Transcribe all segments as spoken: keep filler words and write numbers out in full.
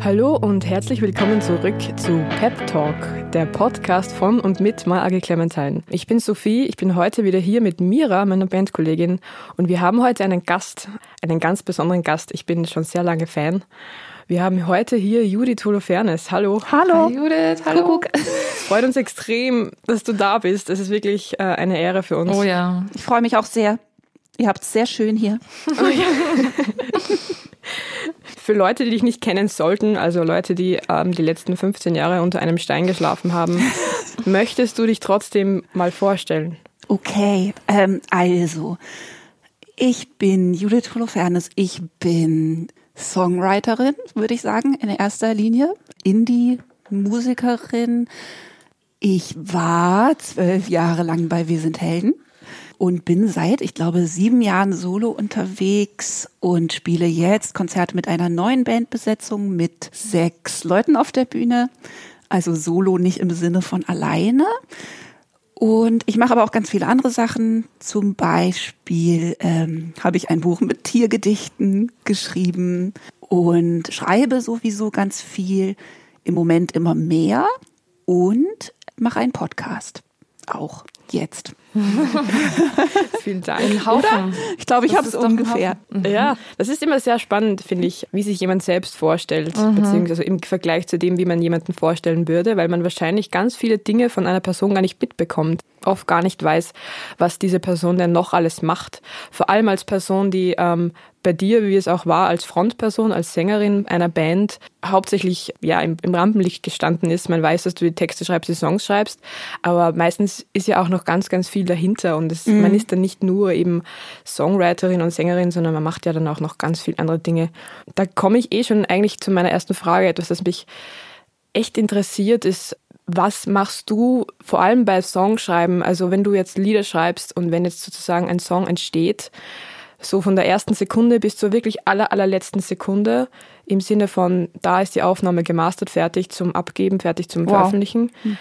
Hallo und herzlich willkommen zurück zu Pep Talk, der Podcast von und mit My Ugly Clementine. Ich bin Sophie, ich bin heute wieder hier mit Mira, meiner Bandkollegin, und wir haben heute einen Gast, einen ganz besonderen Gast. Ich bin schon sehr lange Fan. Wir haben heute hier Judith Holofernes. Hallo. Hallo. Hi Judith, hallo. Kuckuck. Es freut uns extrem, dass du da bist. Es ist wirklich äh, eine Ehre für uns. Oh ja. Ich freue mich auch sehr. Ihr habt es sehr schön hier. Oh ja. Für Leute, die dich nicht kennen sollten, also Leute, die ähm, die letzten fünfzehn Jahre unter einem Stein geschlafen haben, möchtest du dich trotzdem mal vorstellen? Okay, ähm, also, ich bin Judith Holofernes. Ich bin Songwriterin, würde ich sagen, in erster Linie. Indie-Musikerin. Ich war zwölf Jahre lang bei Wir sind Helden. Und bin seit, ich glaube, sieben Jahren solo unterwegs und spiele jetzt Konzerte mit einer neuen Bandbesetzung mit sechs Leuten auf der Bühne. Also solo nicht im Sinne von alleine. Und ich mache aber auch ganz viele andere Sachen. Zum Beispiel ähm, habe ich ein Buch mit Tiergedichten geschrieben und schreibe sowieso ganz viel. Im Moment immer mehr und mache einen Podcast. Auch jetzt. Vielen Dank. Ein Haufen. Ich glaube, ich habe es ungefähr. Ja, das ist immer sehr spannend, finde ich, wie sich jemand selbst vorstellt, mhm. beziehungsweise im Vergleich zu dem, wie man jemanden vorstellen würde, weil man wahrscheinlich ganz viele Dinge von einer Person gar nicht mitbekommt, oft gar nicht weiß, was diese Person denn noch alles macht. Vor allem als Person, die ähm, bei dir, wie es auch war, als Frontperson, als Sängerin einer Band hauptsächlich ja im, im Rampenlicht gestanden ist. Man weiß, dass du die Texte schreibst, die Songs schreibst, aber meistens ist ja auch noch ganz, ganz viel dahinter und es, mhm. man ist dann nicht nur eben Songwriterin und Sängerin, sondern man macht ja dann auch noch ganz viele andere Dinge. Da komme ich eh schon eigentlich zu meiner ersten Frage. Etwas, das mich echt interessiert, ist, was machst du vor allem bei Songschreiben, also wenn du jetzt Lieder schreibst und wenn jetzt sozusagen ein Song entsteht, so von der ersten Sekunde bis zur wirklich aller, allerletzten Sekunde, im Sinne von, da ist die Aufnahme gemastert, fertig zum Abgeben, fertig zum wow. Veröffentlichen. Hm.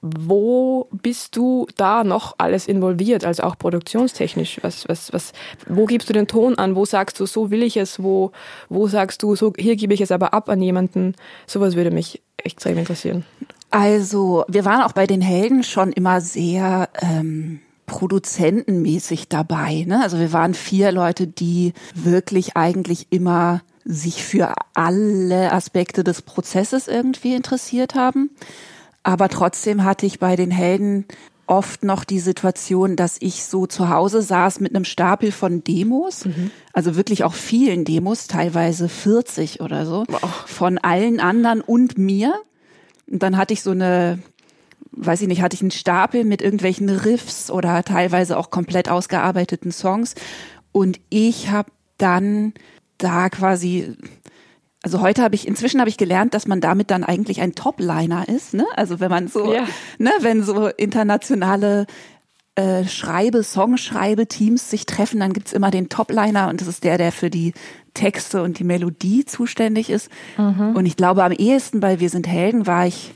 Wo bist du da noch alles involviert, also auch produktionstechnisch? Was, was, was, wo gibst du den Ton an? Wo sagst du, so will ich es? Wo, wo sagst du, so hier gebe ich es aber ab an jemanden? Sowas würde mich extrem interessieren. Also, wir waren auch bei den Helden schon immer sehr ähm, produzentenmäßig dabei, ne? Also wir waren vier Leute, die wirklich eigentlich immer sich für alle Aspekte des Prozesses irgendwie interessiert haben. Aber trotzdem hatte ich bei den Helden oft noch die Situation, dass ich so zu Hause saß mit einem Stapel von Demos, mhm. also wirklich auch vielen Demos, teilweise vierzig oder so, wow. von allen anderen und mir. Und dann hatte ich so eine, weiß ich nicht, hatte ich einen Stapel mit irgendwelchen Riffs oder teilweise auch komplett ausgearbeiteten Songs. Und ich habe dann da quasi, also heute habe ich, inzwischen habe ich gelernt, dass man damit dann eigentlich ein Topliner ist, ne? Also wenn man so, ja. ne, wenn so internationale äh, Schreibe, Songschreibe-Teams sich treffen, dann gibt's immer den Topliner und das ist der, der für die Texte und die Melodie zuständig ist. Mhm. Und ich glaube, am ehesten bei Wir sind Helden war ich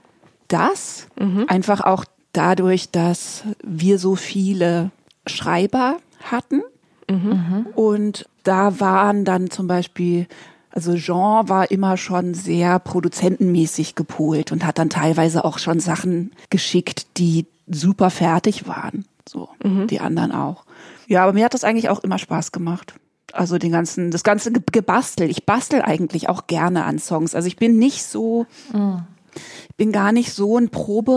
das. Mhm. Einfach auch dadurch, dass wir so viele Schreiber hatten. Mhm. Und da waren dann zum Beispiel, also Jean war immer schon sehr produzentenmäßig gepolt und hat dann teilweise auch schon Sachen geschickt, die super fertig waren. So, mhm. die anderen auch. Ja, aber mir hat das eigentlich auch immer Spaß gemacht. Also den ganzen, das ganze Gebastel. Ich bastel eigentlich auch gerne an Songs. Also ich bin nicht so, mhm. ich bin gar nicht so ein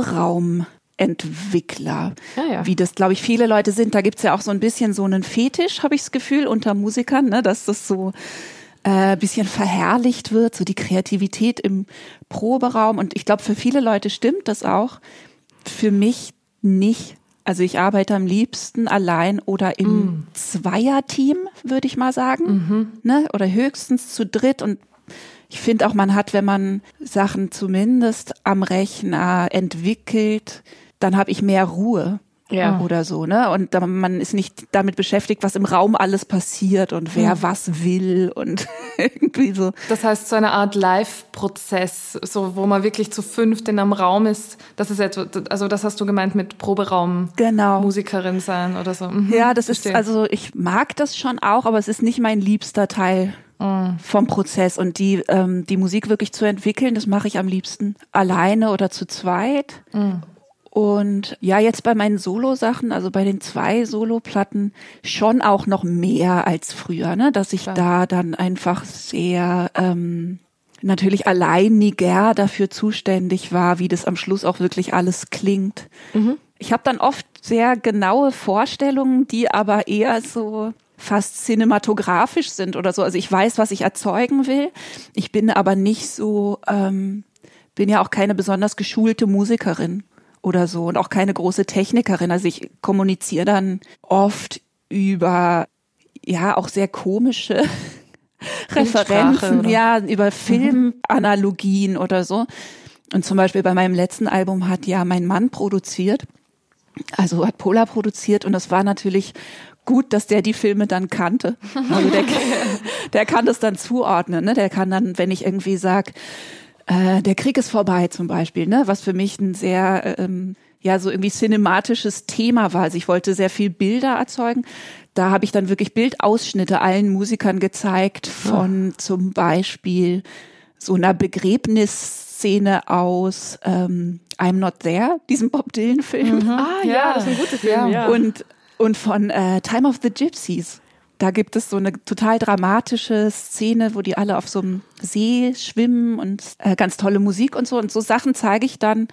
Proberaumentwickler, ja, ja. wie das, glaube ich, viele Leute sind. Da gibt's ja auch so ein bisschen so einen Fetisch, habe ich das Gefühl, unter Musikern, ne, dass das so äh, bisschen verherrlicht wird, so die Kreativität im Proberaum. Und ich glaube, für viele Leute stimmt das auch. Für mich nicht. Also ich arbeite am liebsten allein oder im mm. Zweierteam, würde ich mal sagen, mhm. ne? Oder höchstens zu dritt. Und ich finde auch, man hat, wenn man Sachen zumindest am Rechner entwickelt, dann habe ich mehr Ruhe. Ja. Oder so, ne? Und man ist nicht damit beschäftigt, was im Raum alles passiert und wer mhm. was will und irgendwie so. Das heißt, so eine Art Live-Prozess, so wo man wirklich zu fünft in einem Raum ist. Das ist etwa, also das hast du gemeint mit Proberaum, genau. Musikerin sein oder so. Mhm. Ja, das Verstehe. Ist, also ich mag das schon auch, aber es ist nicht mein liebster Teil mhm. vom Prozess. Und die, ähm, die Musik wirklich zu entwickeln, das mache ich am liebsten alleine oder zu zweit. Mhm. Und ja, jetzt bei meinen Solo-Sachen, also bei den zwei Solo-Platten, schon auch noch mehr als früher, ne? Dass ich ja. da dann einfach sehr ähm, natürlich alleiniger dafür zuständig war, wie das am Schluss auch wirklich alles klingt. Mhm. Ich habe dann oft sehr genaue Vorstellungen, die aber eher so fast cinematografisch sind oder so. Also ich weiß, was ich erzeugen will. Ich bin aber nicht so, ähm, bin ja auch keine besonders geschulte Musikerin oder so und auch keine große Technikerin. Also ich kommuniziere dann oft über, ja, auch sehr komische Referenzen, ja, über Filmanalogien oder so. Und zum Beispiel bei meinem letzten Album hat ja mein Mann produziert, also hat Pola produziert und das war natürlich gut, dass der die Filme dann kannte. Also der, der kann das dann zuordnen, ne? Der kann dann, wenn ich irgendwie sag, äh, der Krieg ist vorbei zum Beispiel, ne, was für mich ein sehr, ähm, ja, so irgendwie cinematisches Thema war. Also ich wollte sehr viel Bilder erzeugen. Da habe ich dann wirklich Bildausschnitte allen Musikern gezeigt von oh. zum Beispiel so einer Begräbnisszene aus ähm, I'm Not There, diesem Bob Dylan-Film. Mhm. Ah ja, ja, das ist ein guter Film. Ja. Und, und von äh, Time of the Gypsies. Da gibt es so eine total dramatische Szene, wo die alle auf so einem See schwimmen und äh, ganz tolle Musik und so. Und so Sachen zeige ich dann,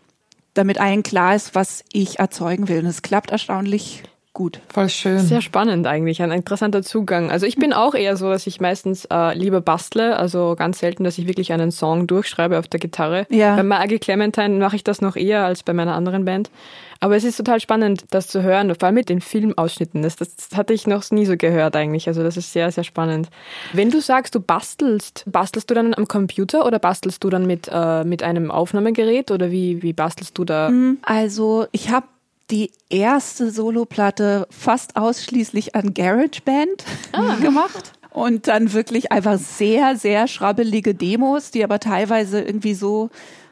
damit allen klar ist, was ich erzeugen will. Und es klappt erstaunlich gut. Voll schön. Sehr spannend eigentlich, ein interessanter Zugang. Also ich bin auch eher so, dass ich meistens äh, lieber bastle, also ganz selten, dass ich wirklich einen Song durchschreibe auf der Gitarre. Ja. Bei Margie Clementine mache ich das noch eher als bei meiner anderen Band. Aber es ist total spannend, das zu hören, vor allem mit den Filmausschnitten. Das, das hatte ich noch nie so gehört eigentlich. Also das ist sehr, sehr spannend. Wenn du sagst, du bastelst, bastelst du dann am Computer oder bastelst du dann mit, äh, mit einem Aufnahmegerät oder wie, wie bastelst du da? Also ich habe die erste Soloplatte fast ausschließlich an GarageBand ah. gemacht. Und dann wirklich einfach sehr, sehr schrabbelige Demos, die aber teilweise irgendwie so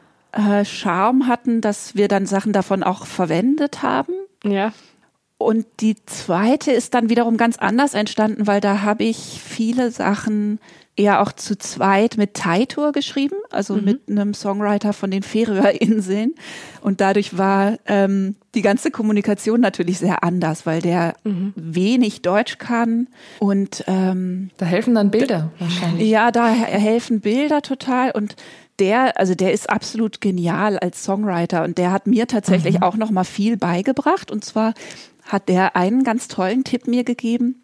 äh, Charme hatten, dass wir dann Sachen davon auch verwendet haben. Ja. Und die zweite ist dann wiederum ganz anders entstanden, weil da habe ich viele Sachen eher auch zu zweit mit Teitur geschrieben, also mhm. mit einem Songwriter von den Färöerinseln. Und dadurch war ähm, die ganze Kommunikation natürlich sehr anders, weil der mhm. wenig Deutsch kann. Und ähm, da helfen dann Bilder wahrscheinlich. Ja, da helfen Bilder total. Und der, also der ist absolut genial als Songwriter. Und der hat mir tatsächlich mhm. auch noch mal viel beigebracht. Und zwar hat der einen ganz tollen Tipp mir gegeben,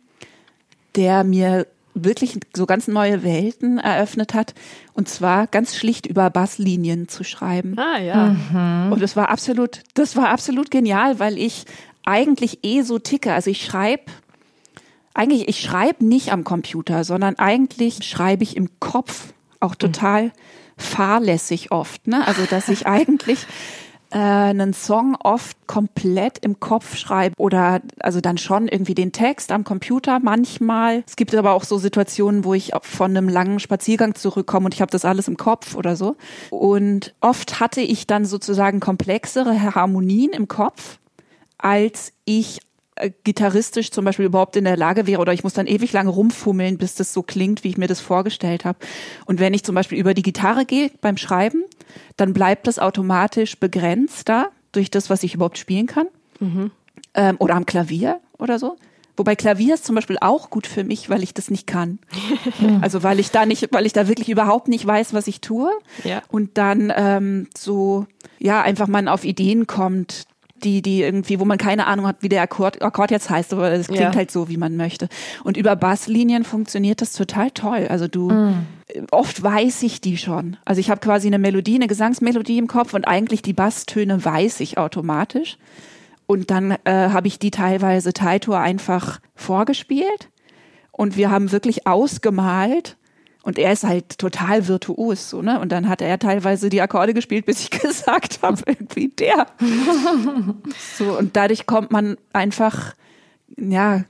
der mir wirklich so ganz neue Welten eröffnet hat, und zwar ganz schlicht über Basslinien zu schreiben. Ah ja. Mhm. Und das war absolut, das war absolut genial, weil ich eigentlich eh so ticke. Also ich schreibe, eigentlich, ich schreibe nicht am Computer, sondern eigentlich schreibe ich im Kopf auch total mhm. fahrlässig oft, ne? Also dass ich eigentlich äh, einen Song oft komplett im Kopf schreibe oder also dann schon irgendwie den Text am Computer manchmal. Es gibt aber auch so Situationen, wo ich von einem langen Spaziergang zurückkomme und ich habe das alles im Kopf oder so. Und oft hatte ich dann sozusagen komplexere Harmonien im Kopf, als ich äh, gitarristisch zum Beispiel überhaupt in der Lage wäre, oder ich muss dann ewig lange rumfummeln, bis das so klingt, wie ich mir das vorgestellt habe. Und wenn ich zum Beispiel über die Gitarre gehe beim Schreiben, dann bleibt das automatisch begrenzt da durch das, was ich überhaupt spielen kann. Mhm. Ähm, oder am Klavier oder so. Wobei Klavier ist zum Beispiel auch gut für mich, weil ich das nicht kann. Also weil ich da nicht, weil ich da wirklich überhaupt nicht weiß, was ich tue. Ja. Und dann ähm, so, ja, einfach man auf Ideen kommt, die, die irgendwie, wo man keine Ahnung hat, wie der Akkord, Akkord jetzt heißt, aber es klingt ja. halt so, wie man möchte. Und über Basslinien funktioniert das total toll. Also du, mm. oft weiß ich die schon. Also ich habe quasi eine Melodie, eine Gesangsmelodie im Kopf und eigentlich die Basstöne weiß ich automatisch. Und dann äh, habe ich die teilweise Teitur einfach vorgespielt und wir haben wirklich ausgemalt. Und er ist halt total virtuos, so, ne? Und dann hat er teilweise die Akkorde gespielt, bis ich gesagt habe, irgendwie der. So, und dadurch kommt man einfach, ja,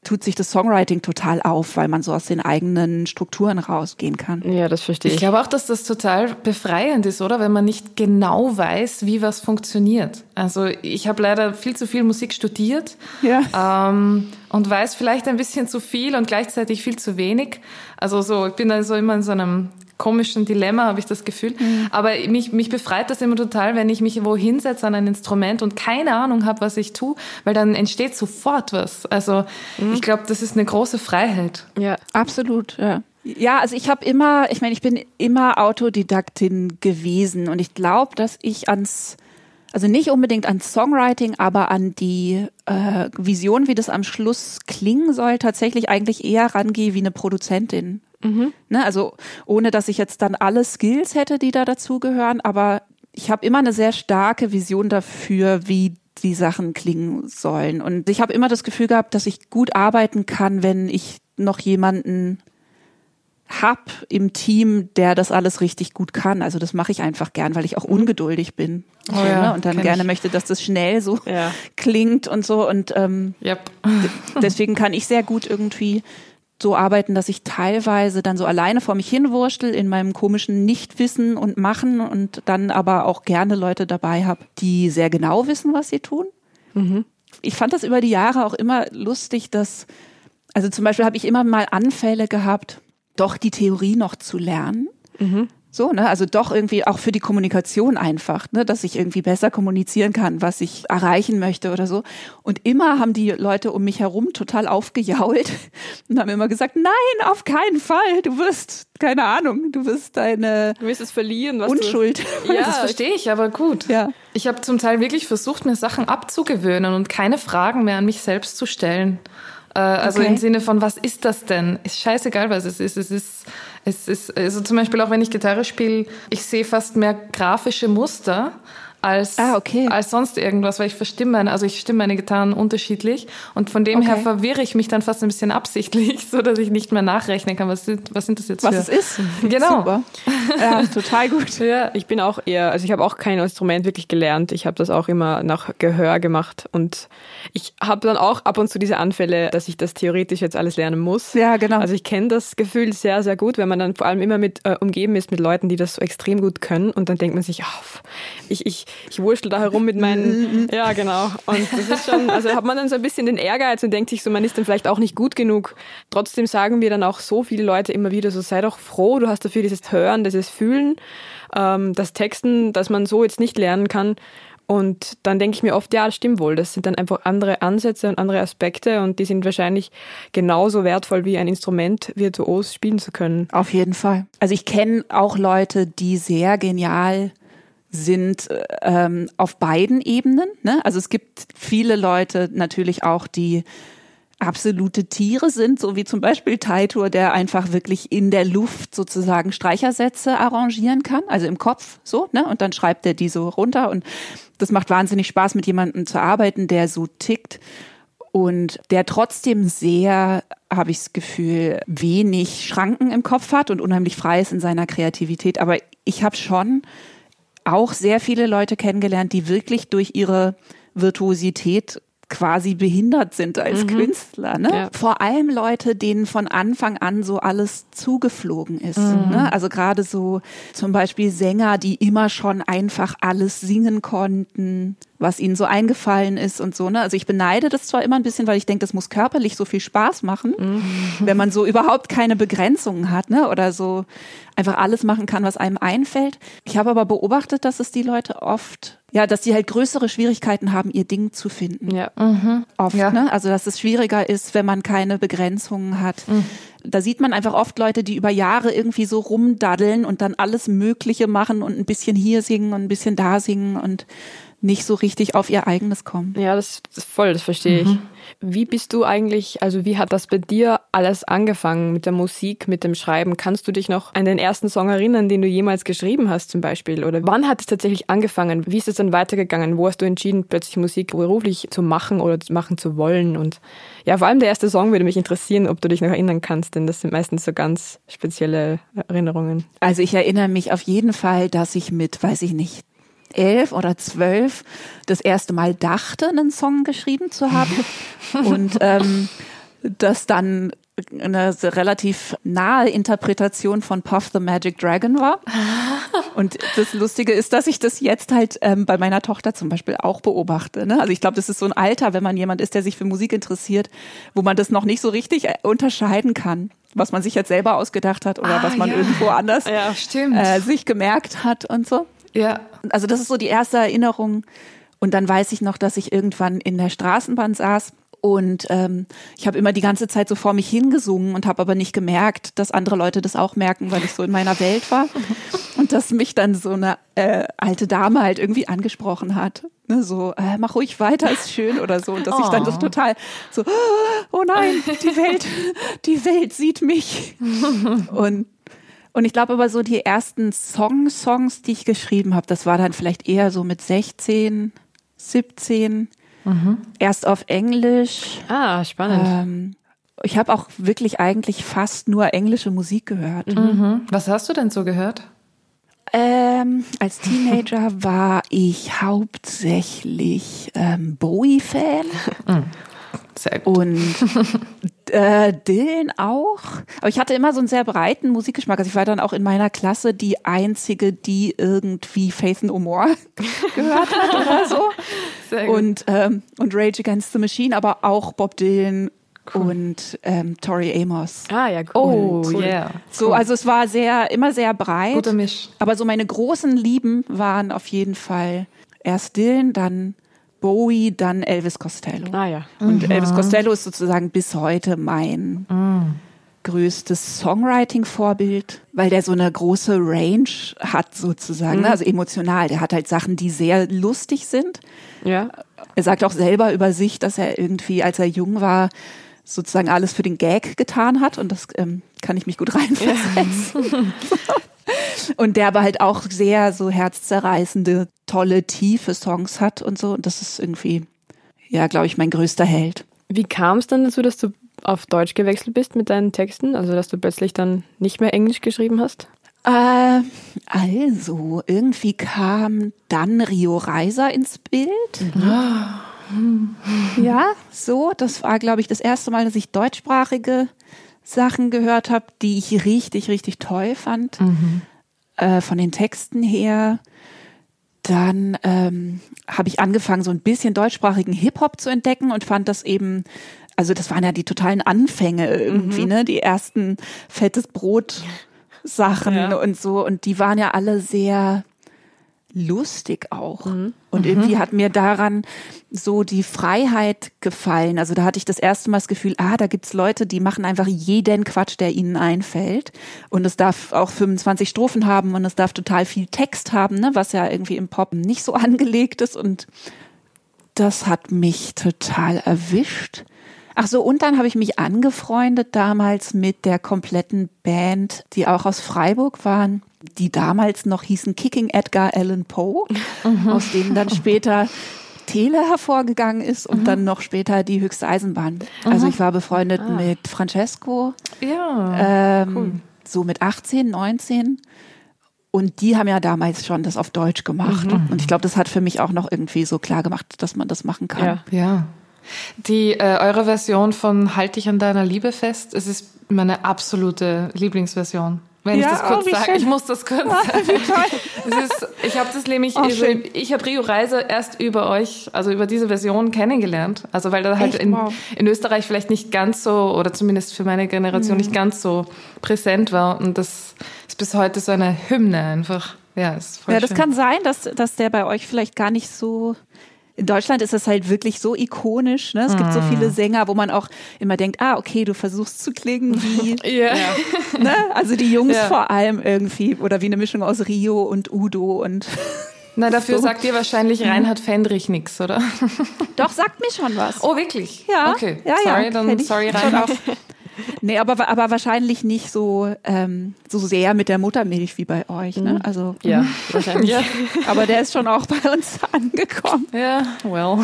tut sich das Songwriting total auf, weil man so aus den eigenen Strukturen rausgehen kann. Ja, das verstehe ich. Ich glaube auch, dass das total befreiend ist, oder? Wenn man nicht genau weiß, wie was funktioniert. Also ich habe leider viel zu viel Musik studiert ja. ähm, und weiß vielleicht ein bisschen zu viel und gleichzeitig viel zu wenig. Also so, ich bin dann so immer in so einem komischen Dilemma, habe ich das Gefühl. Mhm. Aber mich, mich befreit das immer total, wenn ich mich wo hinsetze an ein Instrument und keine Ahnung habe, was ich tue, weil dann entsteht sofort was. Also mhm. ich glaube, das ist eine große Freiheit. Ja, absolut. Ja, ja also ich habe immer, ich meine, ich bin immer Autodidaktin gewesen und ich glaube, dass ich ans, also nicht unbedingt ans Songwriting, aber an die äh, Vision, wie das am Schluss klingen soll, tatsächlich eigentlich eher rangehe wie eine Produzentin. Mhm. Ne, also ohne, dass ich jetzt dann alle Skills hätte, die da dazugehören, aber ich habe immer eine sehr starke Vision dafür, wie die Sachen klingen sollen. Und ich habe immer das Gefühl gehabt, dass ich gut arbeiten kann, wenn ich noch jemanden hab im Team, der das alles richtig gut kann. Also das mache ich einfach gern, weil ich auch ungeduldig bin. Oh so, ja, ne? Und dann gerne ich. möchte, dass das schnell so ja. klingt und so. Und ähm, yep. d- deswegen kann ich sehr gut irgendwie so arbeiten, dass ich teilweise dann so alleine vor mich hinwurschtel in meinem komischen Nichtwissen und Machen und dann aber auch gerne Leute dabei habe, die sehr genau wissen, was sie tun. Mhm. Ich fand das über die Jahre auch immer lustig, dass, also zum Beispiel habe ich immer mal Anfälle gehabt, doch die Theorie noch zu lernen. Mhm. So, ne, also doch irgendwie auch für die Kommunikation einfach, ne, dass ich irgendwie besser kommunizieren kann, was ich erreichen möchte oder so. Und immer haben die Leute um mich herum total aufgejault und haben immer gesagt, nein, auf keinen Fall, du wirst, keine Ahnung, du wirst deine du wirst es verlieren, was Unschuld. Du, ja, das verstehe ich, aber gut. Ja. Ich habe zum Teil wirklich versucht, mir Sachen abzugewöhnen und keine Fragen mehr an mich selbst zu stellen. Also okay. Im Sinne von, was ist das denn? Ist scheißegal, was es ist. Es ist, es ist, also zum Beispiel auch wenn ich Gitarre spiele, ich sehe fast mehr grafische Muster als, ah, okay. als sonst irgendwas, weil ich verstimme meine, also ich stimme meine Gitarren unterschiedlich und von dem okay. her verwirre ich mich dann fast ein bisschen absichtlich, so dass ich nicht mehr nachrechnen kann, was sind, was sind das jetzt was für... es ist. Genau. Super. Ja, total gut. Ja, ich bin auch eher, also ich habe auch kein Instrument wirklich gelernt, ich habe das auch immer nach Gehör gemacht und ich habe dann auch ab und zu diese Anfälle, dass ich das theoretisch jetzt alles lernen muss. Ja, genau. Also ich kenne das Gefühl sehr, sehr gut, wenn man dann vor allem immer mit äh, umgeben ist mit Leuten, die das so extrem gut können und dann denkt man sich, oh, ich, ich Ich wurschtel da herum mit meinen, ja genau. Und das ist schon, also hat man dann so ein bisschen den Ehrgeiz und denkt sich so, man ist dann vielleicht auch nicht gut genug. Trotzdem sagen mir dann auch so viele Leute immer wieder so, sei doch froh, du hast dafür dieses Hören, dieses Fühlen, ähm, das Texten, dass man so jetzt nicht lernen kann. Und dann denke ich mir oft, ja, das stimmt wohl. Das sind dann einfach andere Ansätze und andere Aspekte und die sind wahrscheinlich genauso wertvoll wie ein Instrument virtuos spielen zu können. Auf jeden Fall. Also ich kenne auch Leute, die sehr genial sind ähm, auf beiden Ebenen. Ne? Also es gibt viele Leute natürlich auch, die absolute Tiere sind, so wie zum Beispiel Teitur, der einfach wirklich in der Luft sozusagen Streichersätze arrangieren kann, also im Kopf so, ne? Und dann schreibt er die so runter und das macht wahnsinnig Spaß, mit jemandem zu arbeiten, der so tickt und der trotzdem sehr, habe ich das Gefühl, wenig Schranken im Kopf hat und unheimlich frei ist in seiner Kreativität. Aber ich habe schon auch sehr viele Leute kennengelernt, die wirklich durch ihre Virtuosität quasi behindert sind als mhm. Künstler. Ne? Ja. Vor allem Leute, denen von Anfang an so alles zugeflogen ist. Mhm. Ne? Also gerade so zum Beispiel Sänger, die immer schon einfach alles singen konnten, was ihnen so eingefallen ist und so. Ne? Also ich beneide das zwar immer ein bisschen, weil ich denke, das muss körperlich so viel Spaß machen, mhm. wenn man so überhaupt keine Begrenzungen hat, ne? Oder so einfach alles machen kann, was einem einfällt. Ich habe aber beobachtet, dass es die Leute oft, ja, dass die halt größere Schwierigkeiten haben, ihr Ding zu finden. Ja. Mhm. Oft, ja. Ne? Also dass es schwieriger ist, wenn man keine Begrenzungen hat. Mhm. Da sieht man einfach oft Leute, die über Jahre irgendwie so rumdaddeln und dann alles Mögliche machen und ein bisschen hier singen und ein bisschen da singen und nicht so richtig auf ihr eigenes kommen. Ja, das ist voll, das verstehe ich. Mhm. Wie bist du eigentlich, also wie hat das bei dir alles angefangen mit der Musik, mit dem Schreiben? Kannst du dich noch an den ersten Song erinnern, den du jemals geschrieben hast zum Beispiel? Oder wann hat es tatsächlich angefangen? Wie ist es dann weitergegangen? Wo hast du entschieden, plötzlich Musik beruflich zu machen oder machen zu wollen? Und ja, vor allem der erste Song würde mich interessieren, ob du dich noch erinnern kannst, denn das sind meistens so ganz spezielle Erinnerungen. Also ich erinnere mich auf jeden Fall, dass ich mit, weiß ich nicht, elf oder zwölf das erste Mal dachte, einen Song geschrieben zu haben und ähm, das dann eine relativ nahe Interpretation von Puff the Magic Dragon war. Und das Lustige ist, dass ich das jetzt halt ähm, bei meiner Tochter zum Beispiel auch beobachte. Ne? Also ich glaube, das ist so ein Alter, wenn man jemand ist, der sich für Musik interessiert, wo man das noch nicht so richtig unterscheiden kann, was man sich jetzt selber ausgedacht hat oder ah, was man ja. irgendwo anders ja, stimmt. Äh, sich gemerkt hat und so. Ja. Also das ist so die erste Erinnerung. Und dann weiß ich noch, dass ich irgendwann in der Straßenbahn saß. Und ähm, ich habe immer die ganze Zeit so vor mich hingesungen und habe aber nicht gemerkt, dass andere Leute das auch merken, weil ich so in meiner Welt war. Und dass mich dann so eine äh, alte Dame halt irgendwie angesprochen hat. Ne, so, äh, mach ruhig weiter, ist schön oder so. Und dass oh. ich dann so total so, oh nein, die Welt, die Welt sieht mich. Und, und ich glaube aber so die ersten Song, Songs, die ich geschrieben habe, das war dann vielleicht eher so mit sechzehn, siebzehn. Mhm. Erst auf Englisch. Ah, spannend. Ähm, ich habe auch wirklich eigentlich fast nur englische Musik gehört. Mhm. Was hast du denn so gehört? Ähm, als Teenager war ich hauptsächlich ähm, Bowie-Fan. Mhm. Sehr gut. Und äh, Dylan auch. Aber ich hatte immer so einen sehr breiten Musikgeschmack. Also ich war dann auch in meiner Klasse die Einzige, die irgendwie Faith No More gehört hat oder so. Sehr gut. Und, ähm, und Rage Against the Machine, aber auch Bob Dylan cool. und ähm, Tori Amos. Ah ja, cool. Oh, cool. Yeah. So, also es war sehr, immer sehr breit. Guter Misch. Aber so meine großen Lieben waren auf jeden Fall erst Dylan, dann Bowie, dann Elvis Costello. Ah ja. Und mhm. Elvis Costello ist sozusagen bis heute mein mhm. größtes Songwriting-Vorbild, weil der so eine große Range hat sozusagen, mhm. also emotional. Der hat halt Sachen, die sehr lustig sind. Ja. Er sagt auch selber über sich, dass er irgendwie, als er jung war, sozusagen alles für den Gag getan hat. Und das ähm, kann ich mich gut reinversetzen. Ja. Und der aber halt auch sehr so herzzerreißende, tolle, tiefe Songs hat und so. Und das ist irgendwie, ja, glaube ich, mein größter Held. Wie kam es dann dazu, dass du auf Deutsch gewechselt bist mit deinen Texten? Also, dass du plötzlich dann nicht mehr Englisch geschrieben hast? Äh, also, irgendwie kam dann Rio Reiser ins Bild. Mhm. Ja, so. Das war, glaube ich, das erste Mal, dass ich deutschsprachige Sachen gehört habe, die ich richtig, richtig toll fand. Mhm. Äh, von den Texten her. Dann ähm, habe ich angefangen, so ein bisschen deutschsprachigen Hip-Hop zu entdecken und fand das eben, also das waren ja die totalen Anfänge irgendwie, mhm. ne? Die ersten fettes Brot Sachen ja. und so. Und die waren ja alle sehr lustig auch. Mhm. Und irgendwie hat mir daran so die Freiheit gefallen. Also da hatte ich das erste Mal das Gefühl, ah, da gibt's Leute, die machen einfach jeden Quatsch, der ihnen einfällt. Und es darf auch fünfundzwanzig Strophen haben und es darf total viel Text haben, ne, was ja irgendwie im Pop nicht so angelegt ist. Und das hat mich total erwischt. Ach so, und dann habe ich mich angefreundet damals mit der kompletten Band, die auch aus Freiburg waren, die damals noch hießen Kicking Edgar Allan Poe, mhm. aus denen dann später Tele hervorgegangen ist und mhm. dann noch später die Höchste Eisenbahn. Mhm. Also ich war befreundet ah. mit Francesco, ja, ähm, cool. so mit achtzehn, neunzehn. Und die haben ja damals schon das auf Deutsch gemacht. Mhm. Und ich glaube, das hat für mich auch noch irgendwie so klar gemacht, dass man das machen kann. Ja, ja. Die, äh, eure Version von Halt dich an deiner Liebe fest, es ist meine absolute Lieblingsversion. Wenn ja, ich das kurz oh, sage, ich muss das kurz oh, sagen. Es ist, ich habe das nämlich, oh, über, ich habe Rio Reiser erst über euch, also über diese Version kennengelernt. Also weil da halt in, wow. in Österreich vielleicht nicht ganz so, oder zumindest für meine Generation mhm. nicht ganz so präsent war. Und das ist bis heute so eine Hymne einfach. Ja, ist voll ja, das schön. kann sein, dass, dass der bei euch vielleicht gar nicht so... In Deutschland ist es halt wirklich so ikonisch, ne? Es gibt so viele Sänger, wo man auch immer denkt, ah, okay, du versuchst zu klingen wie, yeah. ne? Also die Jungs ja. vor allem irgendwie, oder wie eine Mischung aus Rio und Udo und. Na, dafür so. sagt dir wahrscheinlich Reinhard Fendrich nix, oder? Doch, sagt mir schon was. Oh, wirklich? Ja. Okay. Ja, sorry, ja. dann sorry, Reinhard. Nee, aber, aber wahrscheinlich nicht so, ähm, so sehr mit der Muttermilch wie bei euch, ne? Also. Ja, wahrscheinlich. Ja. Aber der ist schon auch bei uns angekommen. Ja, well.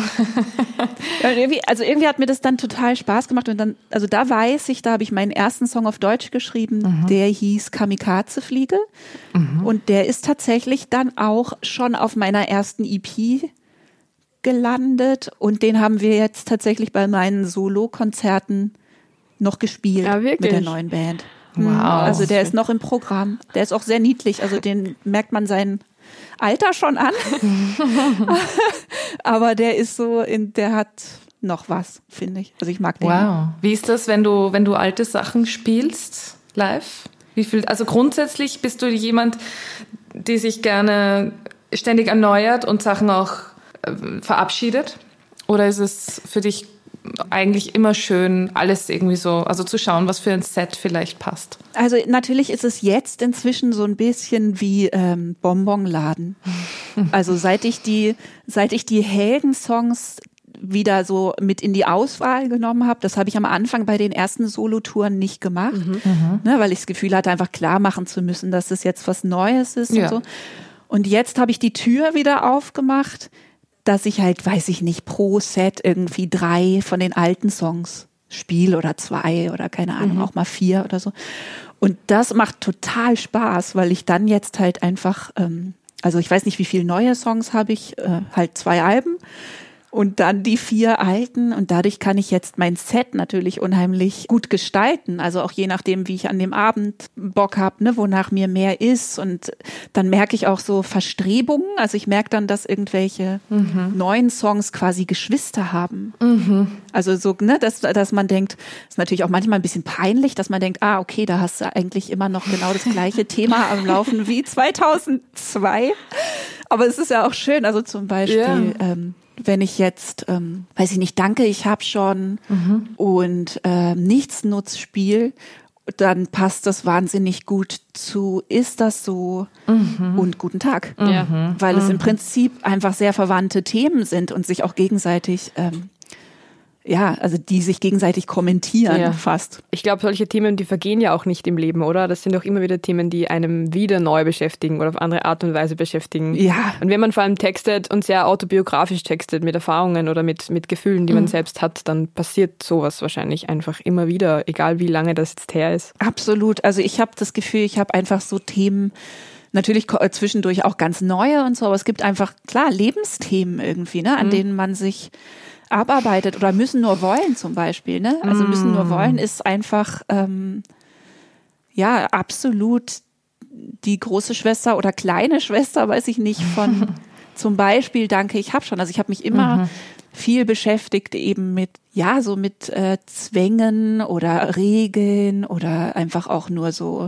Ja, irgendwie, also irgendwie hat mir das dann total Spaß gemacht und dann, also da weiß ich, da habe ich meinen ersten Song auf Deutsch geschrieben, mhm. der hieß Kamikaze-Fliege mhm. und der ist tatsächlich dann auch schon auf meiner ersten E P gelandet und den haben wir jetzt tatsächlich bei meinen Solo-Konzerten noch gespielt ja, mit der neuen Band. Wow. Also der ist noch im Programm. Der ist auch sehr niedlich. Also den merkt man sein Alter schon an. Aber der ist so, in, der hat noch was, finde ich. Also ich mag den. Wow. Wie ist das, wenn du, wenn du alte Sachen spielst live? Wie viel, also grundsätzlich bist du jemand, die sich gerne ständig erneuert und Sachen auch äh, verabschiedet? Oder ist es für dich eigentlich immer schön, alles irgendwie so, also zu schauen, was für ein Set vielleicht passt? Also natürlich ist es jetzt inzwischen so ein bisschen wie ähm, Bonbonladen. Also seit ich die, seit ich die Heldensongs wieder so mit in die Auswahl genommen habe, das habe ich am Anfang bei den ersten Solotouren nicht gemacht, mhm. ne, weil ich das Gefühl hatte, einfach klar machen zu müssen, dass es jetzt was Neues ist ja. und so. Und jetzt habe ich die Tür wieder aufgemacht, dass ich halt, weiß ich nicht, pro Set irgendwie drei von den alten Songs spiele oder zwei oder keine Ahnung, mhm. auch mal vier oder so. Und das macht total Spaß, weil ich dann jetzt halt einfach, ähm, also ich weiß nicht, wie viele neue Songs habe ich, äh, halt zwei Alben. Und dann die vier alten und dadurch kann ich jetzt mein Set natürlich unheimlich gut gestalten. Also auch je nachdem, wie ich an dem Abend Bock habe, ne, wonach mir mehr ist. Und dann merke ich auch so Verstrebungen. Also ich merke dann, dass irgendwelche mhm. neuen Songs quasi Geschwister haben. Mhm. Also so, ne, dass, dass man denkt, ist natürlich auch manchmal ein bisschen peinlich, dass man denkt, ah, okay, da hast du eigentlich immer noch genau das gleiche Thema am Laufen wie zweitausendzwei. Aber es ist ja auch schön, also zum Beispiel, ja. ähm, wenn ich jetzt, ähm, weiß ich nicht, danke, ich habe schon mhm. und äh, Nichtsnutz spiel, dann passt das wahnsinnig gut zu Ist das so mhm. und Guten Tag. Mhm. Weil es im Prinzip einfach sehr verwandte Themen sind und sich auch gegenseitig ähm, ja, also die sich gegenseitig kommentieren ja. fast. Ich glaube, solche Themen, die vergehen ja auch nicht im Leben, oder? Das sind doch immer wieder Themen, die einem wieder neu beschäftigen oder auf andere Art und Weise beschäftigen. Ja. Und wenn man vor allem textet und sehr autobiografisch textet, mit Erfahrungen oder mit, mit Gefühlen, die mhm. man selbst hat, dann passiert sowas wahrscheinlich einfach immer wieder, egal wie lange das jetzt her ist. Absolut. Also ich habe das Gefühl, ich habe einfach so Themen, natürlich zwischendurch auch ganz neue und so, aber es gibt einfach, klar, Lebensthemen irgendwie, ne, an mhm. denen man sich abarbeitet oder müssen nur wollen zum Beispiel, ne? Also müssen nur wollen ist einfach ähm, ja absolut die große Schwester oder kleine Schwester, weiß ich nicht, von zum Beispiel Danke, ich hab schon. Also ich habe mich immer mhm. viel beschäftigt eben mit ja so mit äh, Zwängen oder Regeln oder einfach auch nur so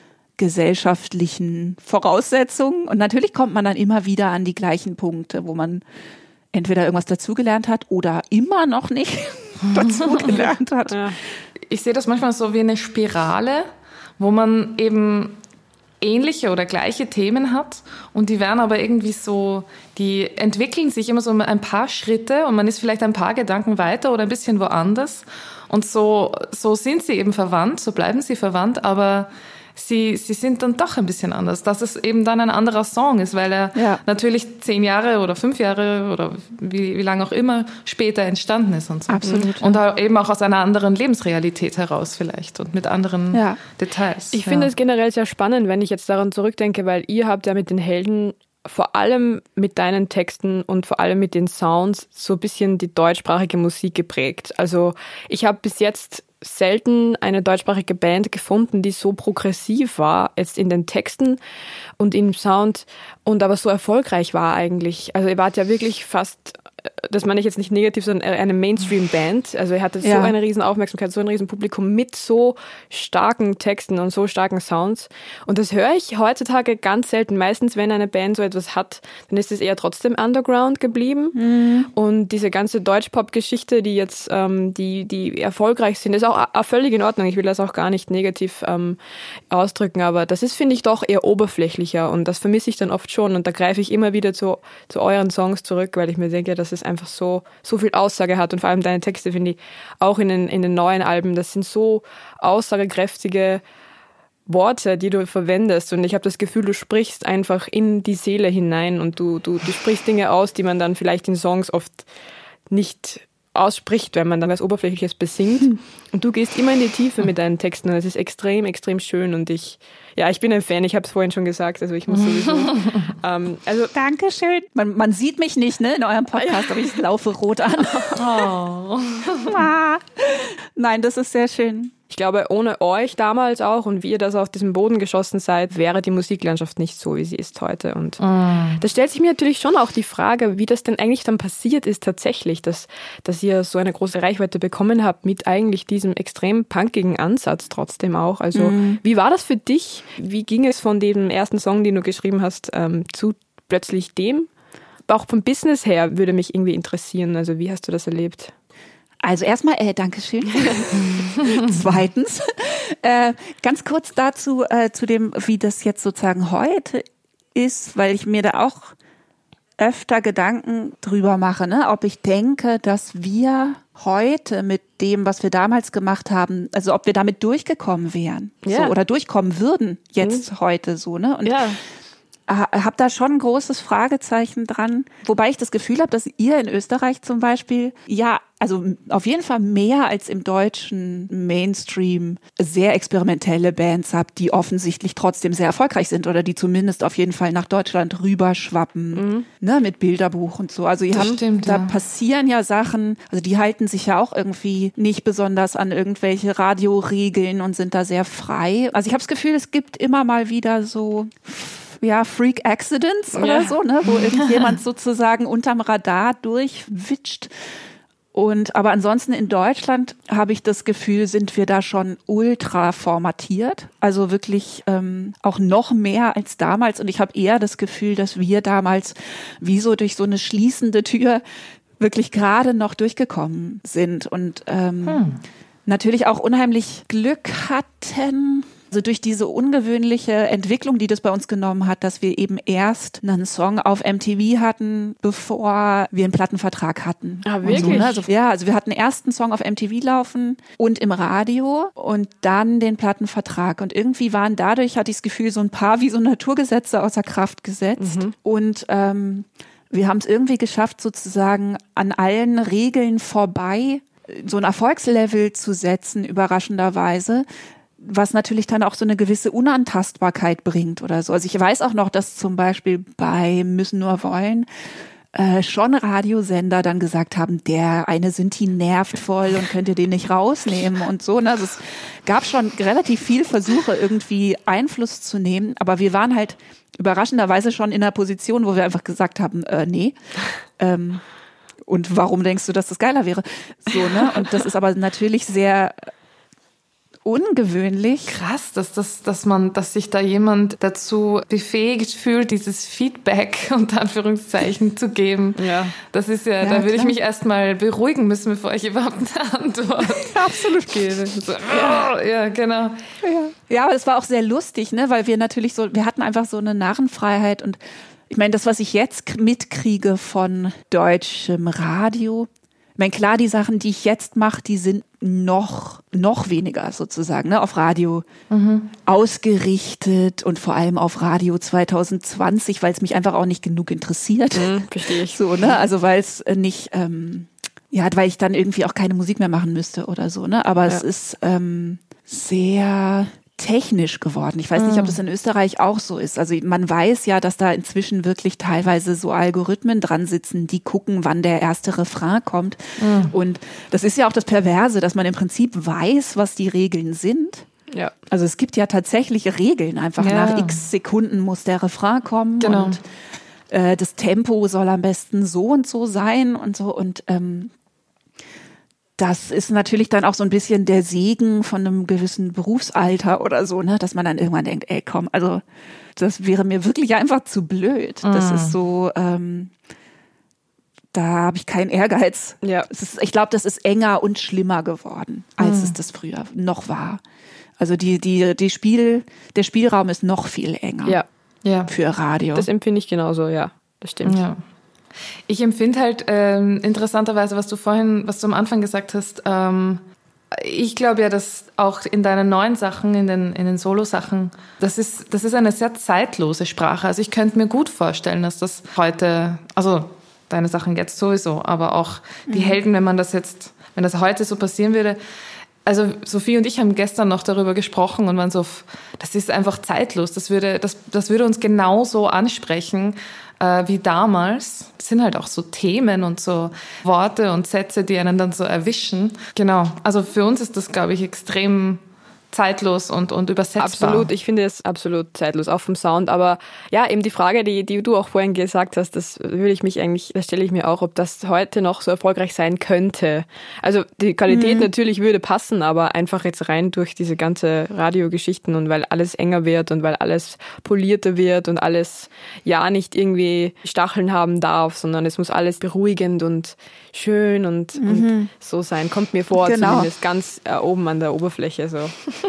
gesellschaftlichen Voraussetzungen. Und natürlich kommt man dann immer wieder an die gleichen Punkte, wo man entweder irgendwas dazugelernt hat oder immer noch nicht dazugelernt hat. Ja. Ich sehe das manchmal so wie eine Spirale, wo man eben ähnliche oder gleiche Themen hat und die werden aber irgendwie so, die entwickeln sich immer so ein paar Schritte und man ist vielleicht ein paar Gedanken weiter oder ein bisschen woanders und so, so sind sie eben verwandt, so bleiben sie verwandt, aber Sie, sie sind dann doch ein bisschen anders, dass es eben dann ein anderer Song ist, weil er ja. natürlich zehn Jahre oder fünf Jahre oder wie, wie lange auch immer später entstanden ist und so. Absolut. Und ja. eben auch aus einer anderen Lebensrealität heraus vielleicht und mit anderen ja. Details. Ich ja. finde es generell sehr spannend, wenn ich jetzt daran zurückdenke, weil ihr habt ja mit den Helden vor allem mit deinen Texten und vor allem mit den Sounds so ein bisschen die deutschsprachige Musik geprägt. Also ich habe bis jetzt selten eine deutschsprachige Band gefunden, die so progressiv war, jetzt in den Texten und im Sound und aber so erfolgreich war eigentlich. Also ihr wart ja wirklich fast, das meine ich jetzt nicht negativ, sondern eine Mainstream-Band. Also ihr hattet ja. so eine riesen Aufmerksamkeit, so ein riesen Publikum mit so starken Texten und so starken Sounds. Und das höre ich heutzutage ganz selten. Meistens, wenn eine Band so etwas hat, dann ist es eher trotzdem Underground geblieben. Mhm. Und diese ganze Deutsch-Pop-Geschichte, die jetzt, ähm, die, die erfolgreich sind, ist auch völlig in Ordnung. Ich will das auch gar nicht negativ ähm, ausdrücken, aber das ist, finde ich, doch eher oberflächlicher und das vermisse ich dann oft schon und da greife ich immer wieder zu, zu euren Songs zurück, weil ich mir denke, dass es einfach so, so viel Aussage hat und vor allem deine Texte, finde ich, auch in den, in den neuen Alben, das sind so aussagekräftige Worte, die du verwendest und ich habe das Gefühl, du sprichst einfach in die Seele hinein und du, du, du sprichst Dinge aus, die man dann vielleicht in Songs oft nicht ausspricht, wenn man dann was Oberflächliches besingt. Und du gehst immer in die Tiefe mit deinen Texten und es ist extrem, extrem schön und ich, ja, ich bin ein Fan, ich habe es vorhin schon gesagt, also ich muss sowieso. ähm, also Dankeschön. Man, man sieht mich nicht, ne, in eurem Podcast, aber ich laufe rot an. Oh. Nein, das ist sehr schön. Ich glaube, ohne euch damals auch und wie ihr das auf diesem Boden geschossen seid, wäre die Musiklandschaft nicht so, wie sie ist heute. Und mm. da stellt sich mir natürlich schon auch die Frage, wie das denn eigentlich dann passiert ist tatsächlich, dass, dass ihr so eine große Reichweite bekommen habt mit eigentlich diesem extrem punkigen Ansatz trotzdem auch. Also mm. wie war das für dich? Wie ging es von dem ersten Song, den du geschrieben hast, ähm, zu plötzlich dem? Auch vom Business her würde mich irgendwie interessieren. Also wie hast du das erlebt? Also erstmal, äh, Dankeschön. Zweitens, äh, ganz kurz dazu, äh, zu dem, wie das jetzt sozusagen heute ist, weil ich mir da auch öfter Gedanken drüber mache, ne? Ob ich denke, dass wir heute mit dem, was wir damals gemacht haben, also ob wir damit durchgekommen wären, ja. so, oder durchkommen würden jetzt mhm. heute so, ne? Und ja. habe da schon ein großes Fragezeichen dran, wobei ich das Gefühl habe, dass ihr in Österreich zum Beispiel, ja, also auf jeden Fall mehr als im deutschen Mainstream sehr experimentelle Bands habt, die offensichtlich trotzdem sehr erfolgreich sind oder die zumindest auf jeden Fall nach Deutschland rüberschwappen, mhm. ne, mit Bilderbuch und so. Also ihr habt, stimmt, da ja. passieren ja Sachen, also die halten sich ja auch irgendwie nicht besonders an irgendwelche Radioregeln und sind da sehr frei. Also ich habe das Gefühl, es gibt immer mal wieder so ja, Freak Accidents oder ja. so, ne, wo irgendjemand sozusagen unterm Radar durchwitscht. Und aber ansonsten in Deutschland habe ich das Gefühl, sind wir da schon ultra formatiert. Also wirklich ähm, auch noch mehr als damals. Und ich habe eher das Gefühl, dass wir damals wie so durch so eine schließende Tür wirklich gerade noch durchgekommen sind. Und ähm, hm. natürlich auch unheimlich Glück hatten. Also durch diese ungewöhnliche Entwicklung, die das bei uns genommen hat, dass wir eben erst einen Song auf M T V hatten, bevor wir einen Plattenvertrag hatten. Ah, wirklich? So, ne? also, ja, also wir hatten erst einen Song auf M T V laufen und im Radio und dann den Plattenvertrag. Und irgendwie waren dadurch, hatte ich das Gefühl, so ein paar wie so Naturgesetze außer Kraft gesetzt. Mhm. Und ähm, wir haben es irgendwie geschafft, sozusagen an allen Regeln vorbei so ein Erfolgslevel zu setzen, überraschenderweise, was natürlich dann auch so eine gewisse Unantastbarkeit bringt oder so. Also ich weiß auch noch, dass zum Beispiel bei Müssen nur wollen äh, schon Radiosender dann gesagt haben, der eine Sinti nervt voll und könnt ihr den nicht rausnehmen und so. Also es gab schon relativ viel Versuche, irgendwie Einfluss zu nehmen, aber wir waren halt überraschenderweise schon in einer Position, wo wir einfach gesagt haben, äh, nee, ähm, und warum denkst du, dass das geiler wäre? So, ne? Und das ist aber natürlich sehr ungewöhnlich. Krass, dass, dass, dass man, dass sich da jemand dazu befähigt fühlt, dieses Feedback unter Anführungszeichen zu geben. Ja. Das ist ja, ja da würde ich mich erstmal beruhigen müssen, bevor ich überhaupt eine Antwort absolut gebe. So, ja. Oh, ja, genau. Ja. ja, aber das war auch sehr lustig, ne, weil wir natürlich so, wir hatten einfach so eine Narrenfreiheit und ich meine, das, was ich jetzt mitkriege von deutschem Radio, ich meine, klar, die Sachen, die ich jetzt mache, die sind noch, noch weniger sozusagen, ne, auf Radio mhm. ausgerichtet und vor allem auf Radio zwanzig zwanzig, weil es mich einfach auch nicht genug interessiert. Mhm, verstehe ich. So, ne, also weil es nicht, ähm, ja, weil ich dann irgendwie auch keine Musik mehr machen müsste oder so, ne, aber ja. es ist ähm, sehr technisch geworden. Ich weiß nicht, ob das in Österreich auch so ist. Also man weiß ja, dass da inzwischen wirklich teilweise so Algorithmen dran sitzen, die gucken, wann der erste Refrain kommt. Mhm. Und das ist ja auch das Perverse, dass man im Prinzip weiß, was die Regeln sind. Ja. Also es gibt ja tatsächlich Regeln. Einfach ja. nach x Sekunden muss der Refrain kommen. Genau. Und äh, das Tempo soll am besten so und so sein und so. Und ähm, das ist natürlich dann auch so ein bisschen der Segen von einem gewissen Berufsalter oder so, ne, dass man dann irgendwann denkt, ey, komm, also das wäre mir wirklich einfach zu blöd. Das mm. ist so, ähm, da habe ich keinen Ehrgeiz. Ja. Es ist, ich glaube, das ist enger und schlimmer geworden, als mm. es das früher noch war. Also die, die, die Spiel, der Spielraum ist noch viel enger ja. Ja. für Radio. Das empfinde ich genauso, ja, das stimmt. Ja. Ich empfinde halt ähm, interessanterweise, was du vorhin, was du am Anfang gesagt hast, ähm, ich glaube ja, dass auch in deinen neuen Sachen, in den, in den Solo-Sachen, das ist, das ist eine sehr zeitlose Sprache. Also ich könnte mir gut vorstellen, dass das heute, also deine Sachen jetzt sowieso, aber auch die mhm. Helden, wenn man das jetzt, wenn das heute so passieren würde. Also Sophie und ich haben gestern noch darüber gesprochen und waren so, das ist einfach zeitlos. Das würde, das, das würde uns genauso ansprechen. äh, wie damals. Das sind halt auch so Themen und so Worte und Sätze, die einen dann so erwischen. Genau, also für uns ist das, glaube ich, extrem zeitlos und, und übersetzbar. Absolut, ich finde es absolut zeitlos, auch vom Sound. Aber ja, eben die Frage, die, die du auch vorhin gesagt hast, das würde ich mich eigentlich, das stelle ich mir auch, ob das heute noch so erfolgreich sein könnte. Also die Qualität mhm. natürlich würde passen, aber einfach jetzt rein durch diese ganze Radiogeschichten und weil alles enger wird und weil alles polierter wird und alles ja nicht irgendwie Stacheln haben darf, sondern es muss alles beruhigend und schön und, mhm. und so sein. Kommt mir vor, genau. Zumindest ganz äh, oben an der Oberfläche so.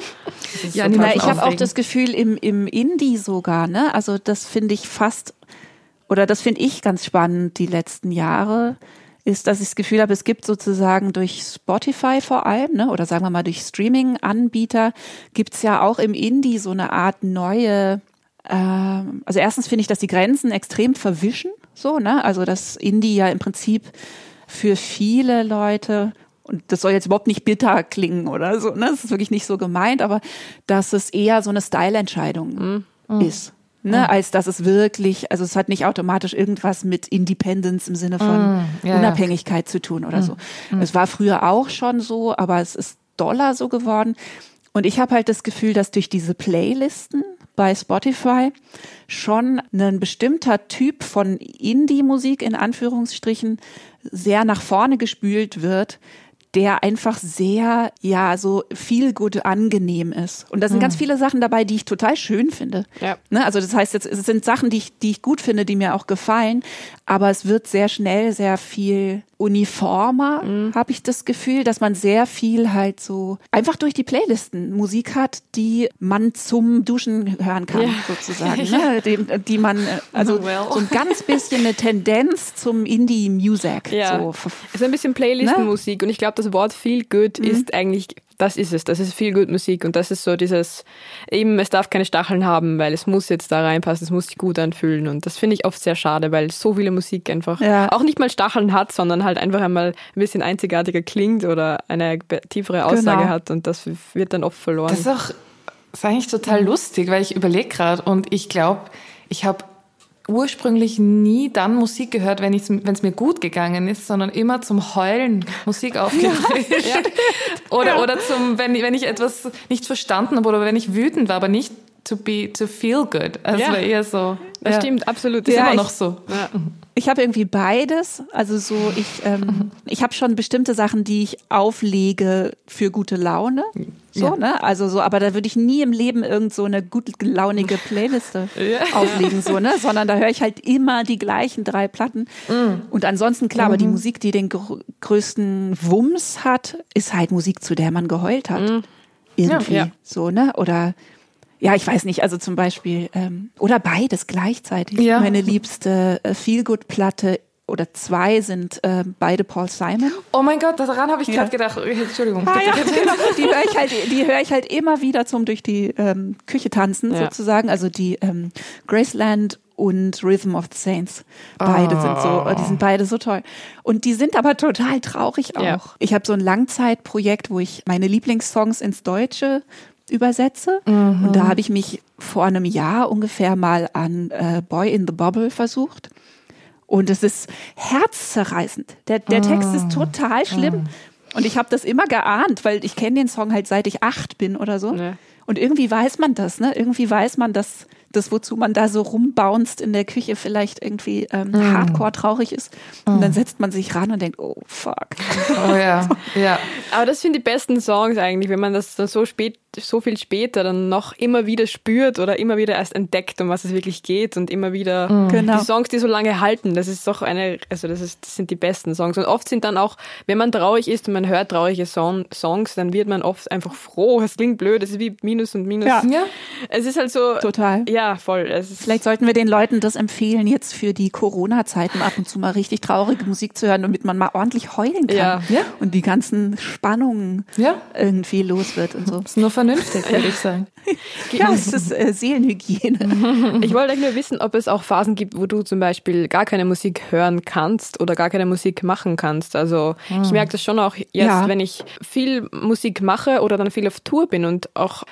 Ja, na, ich habe auch das Gefühl, im, im Indie sogar, ne? Also das finde ich fast, oder das finde ich ganz spannend die letzten Jahre, ist, dass ich das Gefühl habe, es gibt sozusagen durch Spotify vor allem, ne? Oder sagen wir mal durch Streaming-Anbieter, gibt's ja auch im Indie so eine Art neue, äh, also erstens finde ich, dass die Grenzen extrem verwischen, so, ne? Also dass Indie ja im Prinzip für viele Leute, und das soll jetzt überhaupt nicht bitter klingen oder so, ne? Das ist wirklich nicht so gemeint, aber dass es eher so eine Style-Entscheidung mm. ist, ne? Mm. Als dass es wirklich, also es hat nicht automatisch irgendwas mit Independence im Sinne von mm. ja, Unabhängigkeit ja. zu tun oder mm. so. Mm. Es war früher auch schon so, aber es ist doller so geworden. Und ich habe halt das Gefühl, dass durch diese Playlisten bei Spotify schon ein bestimmter Typ von Indie-Musik in Anführungsstrichen sehr nach vorne gespült wird, der einfach sehr, ja, so viel gut angenehm ist. Und da sind mhm. ganz viele Sachen dabei, die ich total schön finde. Ja. Ne? Also das heißt, jetzt, es sind Sachen, die ich, die ich gut finde, die mir auch gefallen, aber es wird sehr schnell sehr viel uniformer, mhm. habe ich das Gefühl, dass man sehr viel halt so einfach durch die Playlisten Musik hat, die man zum Duschen hören kann, ja. sozusagen. Ne? Die, die man, also well. so ein ganz bisschen eine Tendenz zum Indie-Music. Ja. So. Es ist ein bisschen Playlistenmusik, ne? Und ich glaube, das Wort Feel Good mhm. ist eigentlich, das ist es, das ist Feel Good Musik und das ist so dieses, eben, es darf keine Stacheln haben, weil es muss jetzt da reinpassen, es muss sich gut anfühlen und das finde ich oft sehr schade, weil so viele Musik einfach ja. auch nicht mal Stacheln hat, sondern halt einfach einmal ein bisschen einzigartiger klingt oder eine tiefere Aussage genau. hat und das wird dann oft verloren. Das ist auch, das ist eigentlich total lustig, weil ich überlege gerade und ich glaube, ich habe ursprünglich nie dann Musik gehört, wenn ich, wenn es mir gut gegangen ist, sondern immer zum Heulen Musik aufgedreht. Ja. oder, ja. oder zum, wenn, wenn ich etwas nicht verstanden habe oder wenn ich wütend war, aber nicht to be, to feel good. Also ja. war eher so. Das ja. stimmt, absolut. Das ja, ist immer ich, noch so. Ja. Ich habe irgendwie beides. Also so, ich, ähm, ich habe schon bestimmte Sachen, die ich auflege für gute Laune. So, ja. ne? Also so, aber da würde ich nie im Leben irgend so eine gut gelaunige Playliste ja. auflegen, so, ne? Sondern da höre ich halt immer die gleichen drei Platten. Mm. Und ansonsten, klar, mhm. aber die Musik, die den gr- größten Wumms hat, ist halt Musik, zu der man geheult hat. Mm. Irgendwie. Ja. So, ne? Oder ja, ich weiß nicht, also zum Beispiel, ähm, oder beides gleichzeitig. Ja. Meine liebste äh, Feel-Good-Platte oder zwei sind äh, beide Paul Simon. Oh mein Gott, daran habe ich gerade ja. gedacht. Entschuldigung. Ah, ja, genau. Die höre ich halt, die höre ich halt immer wieder zum durch die ähm, Küche tanzen ja. sozusagen. Also die ähm, Graceland und Rhythm of the Saints. Beide oh. sind so, die sind beide so toll. Und die sind aber total traurig auch. Ja. Ich habe so ein Langzeitprojekt, wo ich meine Lieblingssongs ins Deutsche übersetze. Mhm. Und da habe ich mich vor einem Jahr ungefähr mal an äh, Boy in the Bubble versucht. Und es ist herzzerreißend. Der, der mm. Text ist total schlimm. Mm. Und ich habe das immer geahnt, weil ich kenne den Song halt seit ich acht bin oder so. Nee. Und irgendwie weiß man das, ne? Irgendwie weiß man, dass das, wozu man da so rumbounced in der Küche, vielleicht irgendwie ähm, mm. hardcore traurig ist. Und mm. dann setzt man sich ran und denkt, oh fuck. Oh ja, ja. Aber das sind die besten Songs eigentlich, wenn man das dann so spät, so viel später dann noch immer wieder spürt oder immer wieder erst entdeckt, um was es wirklich geht und immer wieder mm. genau. die Songs, die so lange halten. Das ist doch eine, also das ist, das sind die besten Songs. Und oft sind dann auch, wenn man traurig ist und man hört traurige Song, Songs, dann wird man oft einfach froh. Es klingt blöd, es ist wie Minus und Minus. Ja. ja. Es ist halt so. Total. Ja. Ja, voll. Es ist Vielleicht sollten wir den Leuten das empfehlen, jetzt für die Corona-Zeiten ab und zu mal richtig traurige Musik zu hören, damit man mal ordentlich heulen kann. Ja. Ja. Und die ganzen Spannungen ja. irgendwie los wird und so. Das ist nur vernünftig, würde ich sagen. Ja, es ist äh, Seelenhygiene. Ich wollte eigentlich nur wissen, ob es auch Phasen gibt, wo du zum Beispiel gar keine Musik hören kannst oder gar keine Musik machen kannst. Also hm. ich merke das schon auch jetzt, ja. wenn ich viel Musik mache oder dann viel auf Tour bin und auch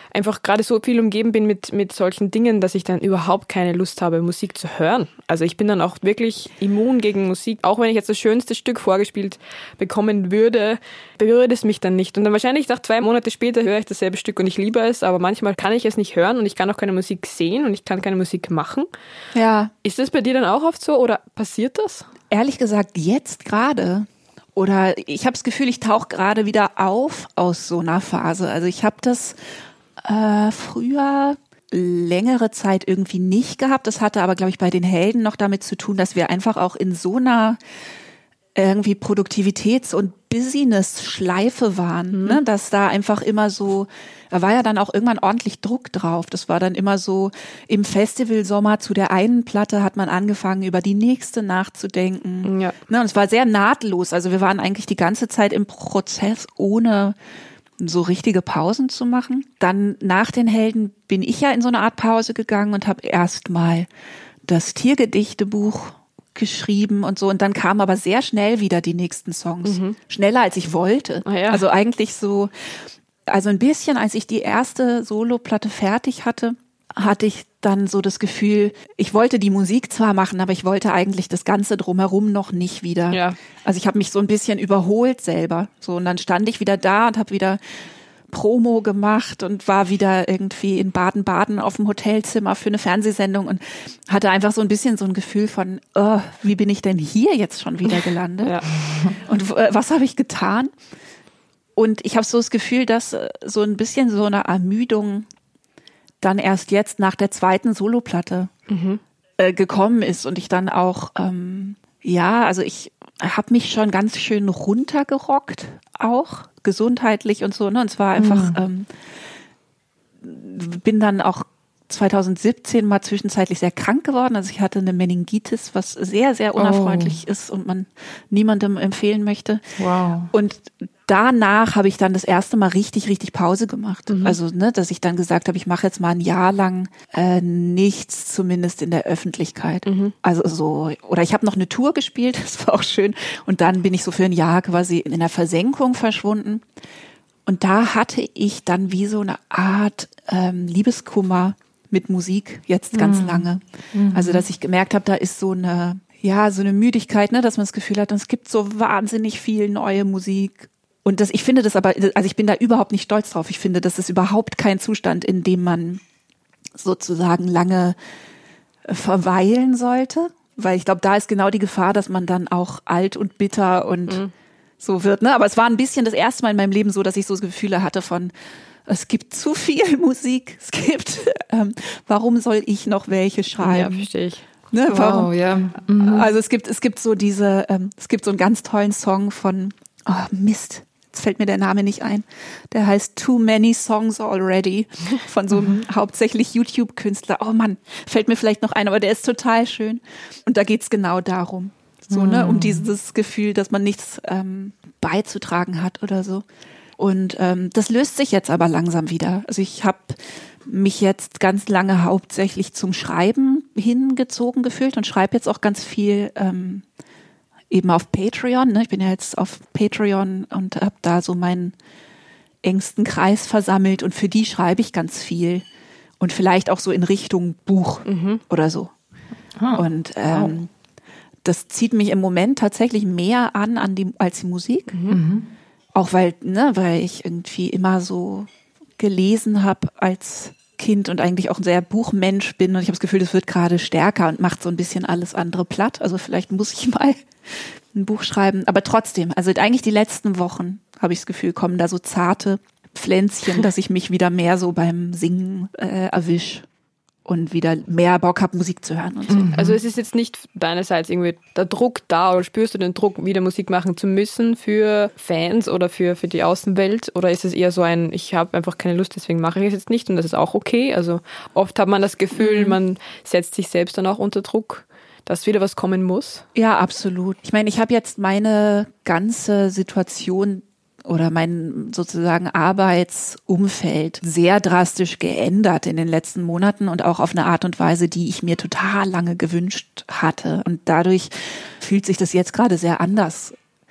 einfach gerade so viel umgeben bin mit, mit solchen Dingen, dass ich dann überhaupt keine Lust habe, Musik zu hören. Also ich bin dann auch wirklich immun gegen Musik. Auch wenn ich jetzt das schönste Stück vorgespielt bekommen würde, berührt es mich dann nicht. Und dann wahrscheinlich nach zwei Monate später höre ich dasselbe Stück und ich liebe es, aber manchmal kann ich es nicht hören und ich kann auch keine Musik sehen und ich kann keine Musik machen. Ja. Ist das bei dir dann auch oft so oder passiert das? Ehrlich gesagt, jetzt gerade. Oder ich habe das Gefühl, ich tauche gerade wieder auf aus so einer Phase. Also ich habe das äh, früher längere Zeit irgendwie nicht gehabt. Das hatte aber, glaube ich, bei den Helden noch damit zu tun, dass wir einfach auch in so einer irgendwie Produktivitäts- und Business-Schleife waren, mhm. ne? Dass da einfach immer so, da war ja dann auch irgendwann ordentlich Druck drauf. Das war dann immer so, im Festivalsommer zu der einen Platte hat man angefangen, über die nächste nachzudenken. Ja. Ne? Und es war sehr nahtlos. Also wir waren eigentlich die ganze Zeit im Prozess, ohne so richtige Pausen zu machen. Dann nach den Helden bin ich ja in so eine Art Pause gegangen und habe erstmal das Tiergedichtebuch geschrieben und so. Und dann kamen aber sehr schnell wieder die nächsten Songs. Mhm. Schneller als ich wollte. Ah, ja. Also eigentlich so, also ein bisschen, als ich die erste Soloplatte fertig hatte, hatte ich dann so das Gefühl, ich wollte die Musik zwar machen, aber ich wollte eigentlich das Ganze drumherum noch nicht wieder. Ja. Also ich habe mich so ein bisschen überholt selber. So, und dann stand ich wieder da und habe wieder Promo gemacht und war wieder irgendwie in Baden-Baden auf dem Hotelzimmer für eine Fernsehsendung und hatte einfach so ein bisschen so ein Gefühl von, oh, wie bin ich denn hier jetzt schon wieder gelandet? Ja. Und äh, was habe ich getan? Und ich habe so das Gefühl, dass äh, so ein bisschen so eine Ermüdung dann erst jetzt nach der zweiten Soloplatte mhm. äh, gekommen ist und ich dann auch, ähm, ja, also ich habe mich schon ganz schön runtergerockt, auch gesundheitlich und so, ne? Und zwar einfach, mhm. ähm, bin dann auch zwanzig siebzehn mal zwischenzeitlich sehr krank geworden. Also ich hatte eine Meningitis, was sehr, sehr unerfreulich oh. ist und man niemandem empfehlen möchte. Wow. Und danach habe ich dann das erste Mal richtig, richtig Pause gemacht. Mhm. Also, ne, dass ich dann gesagt habe, ich mache jetzt mal ein Jahr lang äh, nichts, zumindest in der Öffentlichkeit. Mhm. Also so, oder ich habe noch eine Tour gespielt, das war auch schön. Und dann bin ich so für ein Jahr quasi in der Versenkung verschwunden. Und da hatte ich dann wie so eine Art ähm, Liebeskummer mit Musik jetzt ganz mhm. lange. Mhm. Also, dass ich gemerkt habe, da ist so eine, ja, so eine Müdigkeit, ne, dass man das Gefühl hat, es gibt so wahnsinnig viel neue Musik. Und das, ich finde das aber, also ich bin da überhaupt nicht stolz drauf. Ich finde, das ist überhaupt kein Zustand, in dem man sozusagen lange verweilen sollte. Weil ich glaube, da ist genau die Gefahr, dass man dann auch alt und bitter und mhm. so wird, ne? Aber es war ein bisschen das erste Mal in meinem Leben so, dass ich so Gefühle hatte von, es gibt zu viel Musik, es gibt, ähm, warum soll ich noch welche schreiben? Ja, verstehe ich. Ne, warum? Wow, ja. Mhm. Also es gibt, es gibt so diese, ähm, es gibt so einen ganz tollen Song von, oh Mist, jetzt fällt mir der Name nicht ein. Der heißt Too Many Songs Already von so einem mhm. hauptsächlich YouTube-Künstler. Oh Mann, fällt mir vielleicht noch ein, aber der ist total schön. Und da geht's genau darum. So, mhm. ne, um dieses Gefühl, dass man nichts ähm, beizutragen hat oder so. Und ähm, das löst sich jetzt aber langsam wieder. Also ich habe mich jetzt ganz lange hauptsächlich zum Schreiben hingezogen gefühlt und schreibe jetzt auch ganz viel ähm, eben auf Patreon. Ne? Ich bin ja jetzt auf Patreon und habe da so meinen engsten Kreis versammelt und für die schreibe ich ganz viel und vielleicht auch so in Richtung Buch mhm. oder so. Oh. Und ähm, wow. das zieht mich im Moment tatsächlich mehr an, an die, als die Musik. Mhm. Auch weil, ne, weil ich irgendwie immer so gelesen habe als Kind und eigentlich auch ein sehr Buchmensch bin und ich habe das Gefühl, das wird gerade stärker und macht so ein bisschen alles andere platt. Also vielleicht muss ich mal ein Buch schreiben. Aber trotzdem, also eigentlich die letzten Wochen habe ich das Gefühl, kommen da so zarte Pflänzchen, dass ich mich wieder mehr so beim Singen äh, erwisch und wieder mehr Bock habe, Musik zu hören und so. Also es ist jetzt nicht deinerseits irgendwie der Druck da oder spürst du den Druck, wieder Musik machen zu müssen für Fans oder für, für die Außenwelt oder ist es eher so ein, ich habe einfach keine Lust, deswegen mache ich es jetzt nicht und das ist auch okay. Also oft hat man das Gefühl, mhm. man setzt sich selbst dann auch unter Druck, dass wieder was kommen muss. Ja, absolut. Ich meine, ich habe jetzt meine ganze Situation oder mein sozusagen Arbeitsumfeld sehr drastisch geändert in den letzten Monaten und auch auf eine Art und Weise, die ich mir total lange gewünscht hatte. Und dadurch fühlt sich das jetzt gerade sehr anders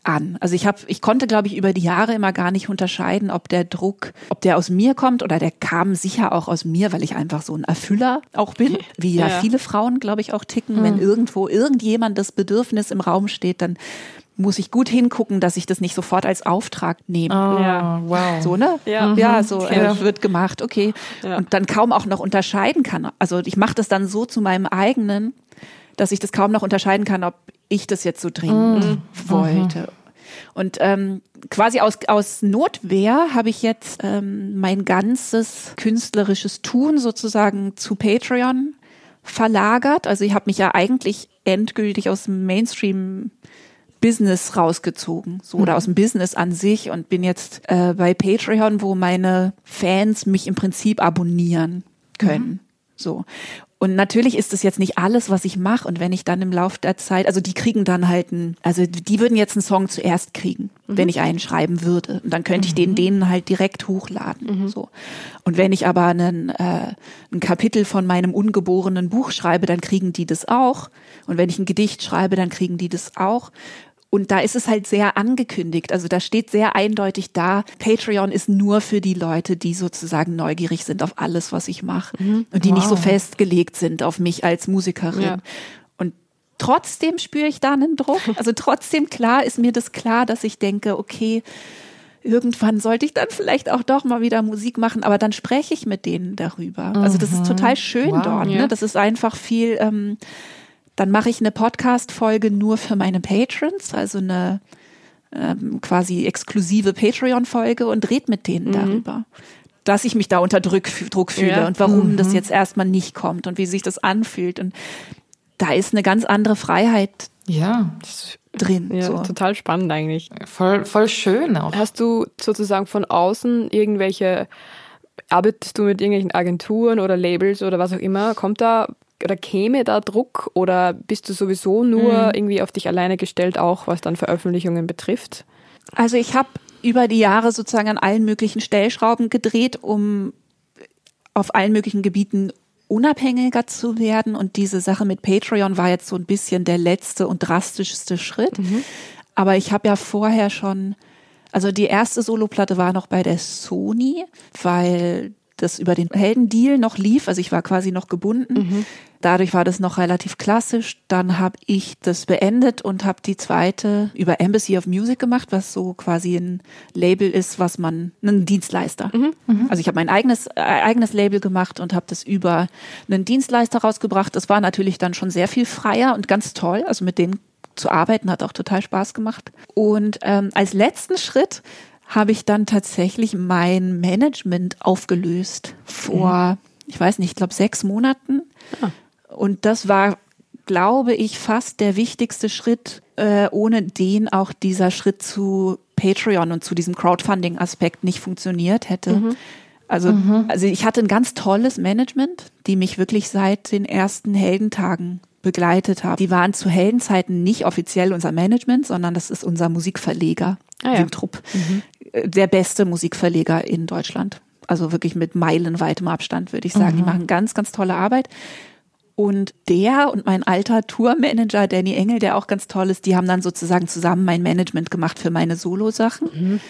an. Also ich habe, ich konnte, glaube ich, über die Jahre immer gar nicht unterscheiden, ob der Druck, ob der aus mir kommt oder der kam sicher auch aus mir, weil ich einfach so ein Erfüller auch bin, wie ja, ja viele Frauen, glaube ich, auch ticken. Mhm. Wenn irgendwo irgendjemand das Bedürfnis im Raum steht, dann muss ich gut hingucken, dass ich das nicht sofort als Auftrag nehme. Oh, ja. Wow. So, ne? Ja, ja so ja. Äh, wird gemacht, okay. Ja. Und dann kaum auch noch unterscheiden kann. Also ich mache das dann so zu meinem eigenen, dass ich das kaum noch unterscheiden kann, ob ich das jetzt so dringend mhm. wollte. Mhm. Und ähm, quasi aus, aus Notwehr habe ich jetzt ähm, mein ganzes künstlerisches Tun sozusagen zu Patreon verlagert. Also ich habe mich ja eigentlich endgültig aus dem Mainstream Business rausgezogen, so, oder aus dem Business an sich, und bin jetzt äh, bei Patreon, wo meine Fans mich im Prinzip abonnieren können. Mhm. So. Und natürlich ist das jetzt nicht alles, was ich mache. Und wenn ich dann im Laufe der Zeit, also die kriegen dann halt einen, also die würden jetzt einen Song zuerst kriegen, mhm. wenn ich einen schreiben würde. Und dann könnte ich den denen halt direkt hochladen. Mhm. So. Und wenn ich aber einen, äh, ein Kapitel von meinem ungeborenen Buch schreibe, dann kriegen die das auch. Und wenn ich ein Gedicht schreibe, dann kriegen die das auch. Und da ist es halt sehr angekündigt. Also da steht sehr eindeutig da, Patreon ist nur für die Leute, die sozusagen neugierig sind auf alles, was ich mache. Mhm. Und die wow. nicht so festgelegt sind auf mich als Musikerin. Ja. Und trotzdem spüre ich da einen Druck. Also trotzdem klar ist mir das klar, dass ich denke, okay, irgendwann sollte ich dann vielleicht auch doch mal wieder Musik machen. Aber dann spreche ich mit denen darüber. Mhm. Also das ist total schön wow. dort. Ne? Das ist einfach viel... Ähm, Dann mache ich eine Podcast-Folge nur für meine Patrons, also eine ähm, quasi exklusive Patreon-Folge, und rede mit denen mhm. darüber, dass ich mich da unter Druck, Druck fühle ja. und warum mhm. das jetzt erstmal nicht kommt und wie sich das anfühlt. Und da ist eine ganz andere Freiheit ja. drin. Ja, so. Total spannend eigentlich. Voll, voll schön auch. Hast du sozusagen von außen irgendwelche, arbeitest du mit irgendwelchen Agenturen oder Labels oder was auch immer, kommt da oder käme da Druck, oder bist du sowieso nur mhm. irgendwie auf dich alleine gestellt, auch was dann Veröffentlichungen betrifft? Also ich habe über die Jahre sozusagen an allen möglichen Stellschrauben gedreht, um auf allen möglichen Gebieten unabhängiger zu werden, und diese Sache mit Patreon war jetzt so ein bisschen der letzte und drastischste Schritt. Mhm. Aber ich habe ja vorher schon, also die erste Soloplatte war noch bei der Sony, weil das über den Heldendeal noch lief, also ich war quasi noch gebunden. Mhm. Dadurch war das noch relativ klassisch. Dann habe ich das beendet und habe die zweite über Embassy of Music gemacht, was so quasi ein Label ist, was man, ein Dienstleister. Mhm. Mhm. Also ich habe mein eigenes äh, eigenes Label gemacht und habe das über einen Dienstleister rausgebracht. Das war natürlich dann schon sehr viel freier und ganz toll. Also mit denen zu arbeiten hat auch total Spaß gemacht. Und ähm, als letzten Schritt habe ich dann tatsächlich mein Management aufgelöst vor, mhm. ich weiß nicht, ich glaube sechs Monaten. Ah. Und das war, glaube ich, fast der wichtigste Schritt, äh, ohne den auch dieser Schritt zu Patreon und zu diesem Crowdfunding-Aspekt nicht funktioniert hätte. Mhm. Also, mhm. also ich hatte ein ganz tolles Management, die mich wirklich seit den ersten Heldentagen begleitet haben. Die waren zu Heldenzeiten nicht offiziell unser Management, sondern das ist unser Musikverleger, ah, ja. Trupp. Mhm. Der beste Musikverleger in Deutschland. Also wirklich mit meilenweitem Abstand, würde ich sagen. Mhm. Die machen ganz, ganz tolle Arbeit. Und der und mein alter Tourmanager, Danny Engel, der auch ganz toll ist, die haben dann sozusagen zusammen mein Management gemacht für meine Solo-Sachen. Mhm.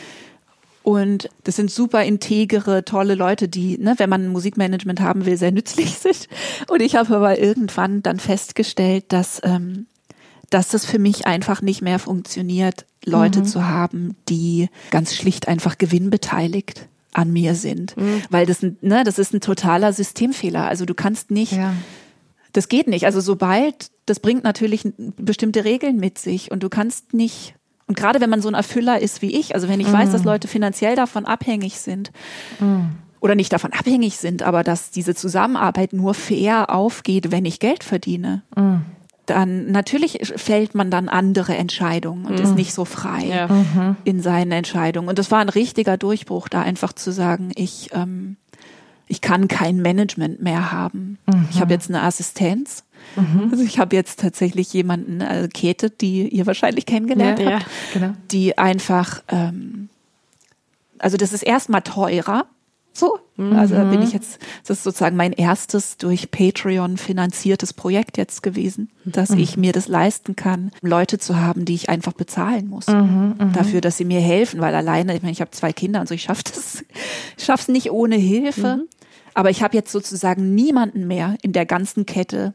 Und das sind super integere, tolle Leute, die, ne, wenn man ein Musikmanagement haben will, sehr nützlich sind. Und ich habe aber irgendwann dann festgestellt, dass, ähm, dass das für mich einfach nicht mehr funktioniert, Leute mhm. zu haben, die ganz schlicht einfach gewinnbeteiligt an mir sind. Mhm. Weil das, ne, das ist ein totaler Systemfehler. Also du kannst nicht, ja. das geht nicht. Also sobald, das bringt natürlich bestimmte Regeln mit sich, und du kannst nicht, und gerade wenn man so ein Erfüller ist wie ich, also wenn ich mhm. weiß, dass Leute finanziell davon abhängig sind, mhm. oder nicht davon abhängig sind, aber dass diese Zusammenarbeit nur fair aufgeht, wenn ich Geld verdiene, mhm. dann natürlich fällt man dann andere Entscheidungen und mhm. ist nicht so frei ja. mhm. in seinen Entscheidungen. Und das war ein richtiger Durchbruch, da einfach zu sagen, ich ähm, ich kann kein Management mehr haben. Mhm. Ich habe jetzt eine Assistenz. Mhm. Also ich habe jetzt tatsächlich jemanden, also Käthe, die ihr wahrscheinlich kennengelernt ja, habt, ja, genau. die einfach, ähm, also das ist erstmal teurer, So, mhm. also da bin ich jetzt, das ist sozusagen mein erstes durch Patreon finanziertes Projekt jetzt gewesen, dass mhm. ich mir das leisten kann, Leute zu haben, die ich einfach bezahlen muss. Mhm, dafür, dass sie mir helfen, weil alleine, ich meine, ich habe zwei Kinder und so, ich schaffe das, ich schaffe es nicht ohne Hilfe. Mhm. Aber ich habe jetzt sozusagen niemanden mehr in der ganzen Kette,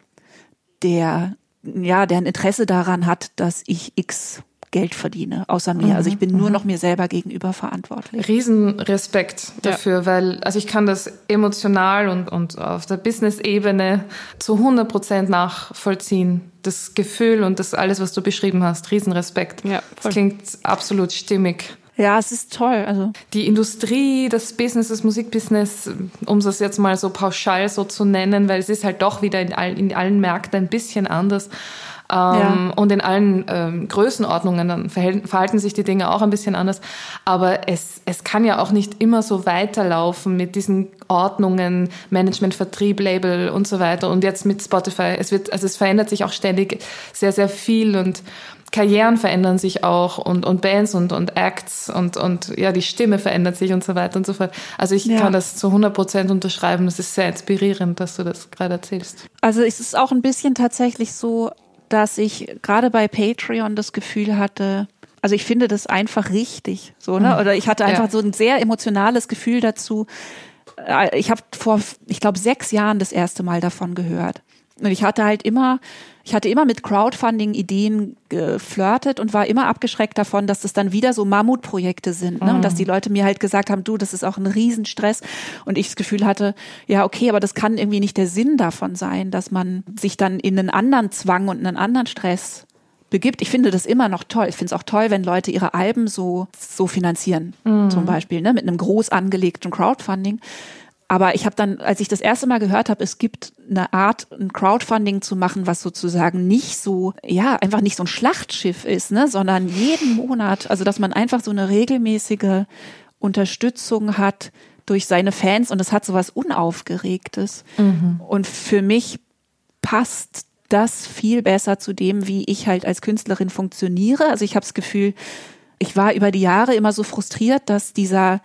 der, ja, der ein Interesse daran hat, dass ich X Geld verdiene, außer mir. Mhm, also ich bin nur noch mir selber gegenüber verantwortlich. Riesenrespekt dafür, ja. weil also ich kann das emotional und, und auf der Business-Ebene zu hundert Prozent nachvollziehen. Das Gefühl und das alles, was du beschrieben hast. Riesenrespekt. Ja, das klingt absolut stimmig. Ja, es ist toll. Also die Industrie, das Business, das Musikbusiness, um es jetzt mal so pauschal so zu nennen, weil es ist halt doch wieder in, all, in allen Märkten ein bisschen anders. Ähm, ja. Und in allen ähm, Größenordnungen dann verhalten, verhalten sich die Dinge auch ein bisschen anders. Aber es, es kann ja auch nicht immer so weiterlaufen mit diesen Ordnungen, Management, Vertrieb, Label und so weiter. Und jetzt mit Spotify. Es wird, also es verändert sich auch ständig sehr, sehr viel und Karrieren verändern sich auch und, und Bands und, und Acts und, und ja, die Stimme verändert sich und so weiter und so fort. Also ich ja. kann das zu hundert Prozent unterschreiben. Das ist sehr inspirierend, dass du das gerade erzählst. Also es ist auch ein bisschen tatsächlich so, dass ich gerade bei Patreon das Gefühl hatte, also ich finde das einfach richtig, so, ne? Oder ich hatte einfach ja. so ein sehr emotionales Gefühl dazu. Ich habe vor, ich glaube, sechs Jahren das erste Mal davon gehört. Und ich hatte halt immer, ich hatte immer mit Crowdfunding-Ideen geflirtet und war immer abgeschreckt davon, dass das dann wieder so Mammutprojekte sind, ne? Mhm. Und dass die Leute mir halt gesagt haben, du, das ist auch ein Riesenstress. Und ich das Gefühl hatte, ja, okay, aber das kann irgendwie nicht der Sinn davon sein, dass man sich dann in einen anderen Zwang und einen anderen Stress begibt. Ich finde das immer noch toll. Ich finde es auch toll, wenn Leute ihre Alben so, so finanzieren, mhm. zum Beispiel, ne? Mit einem groß angelegten Crowdfunding. Aber ich habe dann, als ich das erste Mal gehört habe, es gibt eine Art, ein Crowdfunding zu machen, was sozusagen nicht so, ja, einfach nicht so ein Schlachtschiff ist, ne, sondern jeden Monat, also dass man einfach so eine regelmäßige Unterstützung hat durch seine Fans und es hat so was Unaufgeregtes. Mhm. Und für mich passt das viel besser zu dem, wie ich halt als Künstlerin funktioniere. Also ich habe das Gefühl, ich war über die Jahre immer so frustriert, dass dieser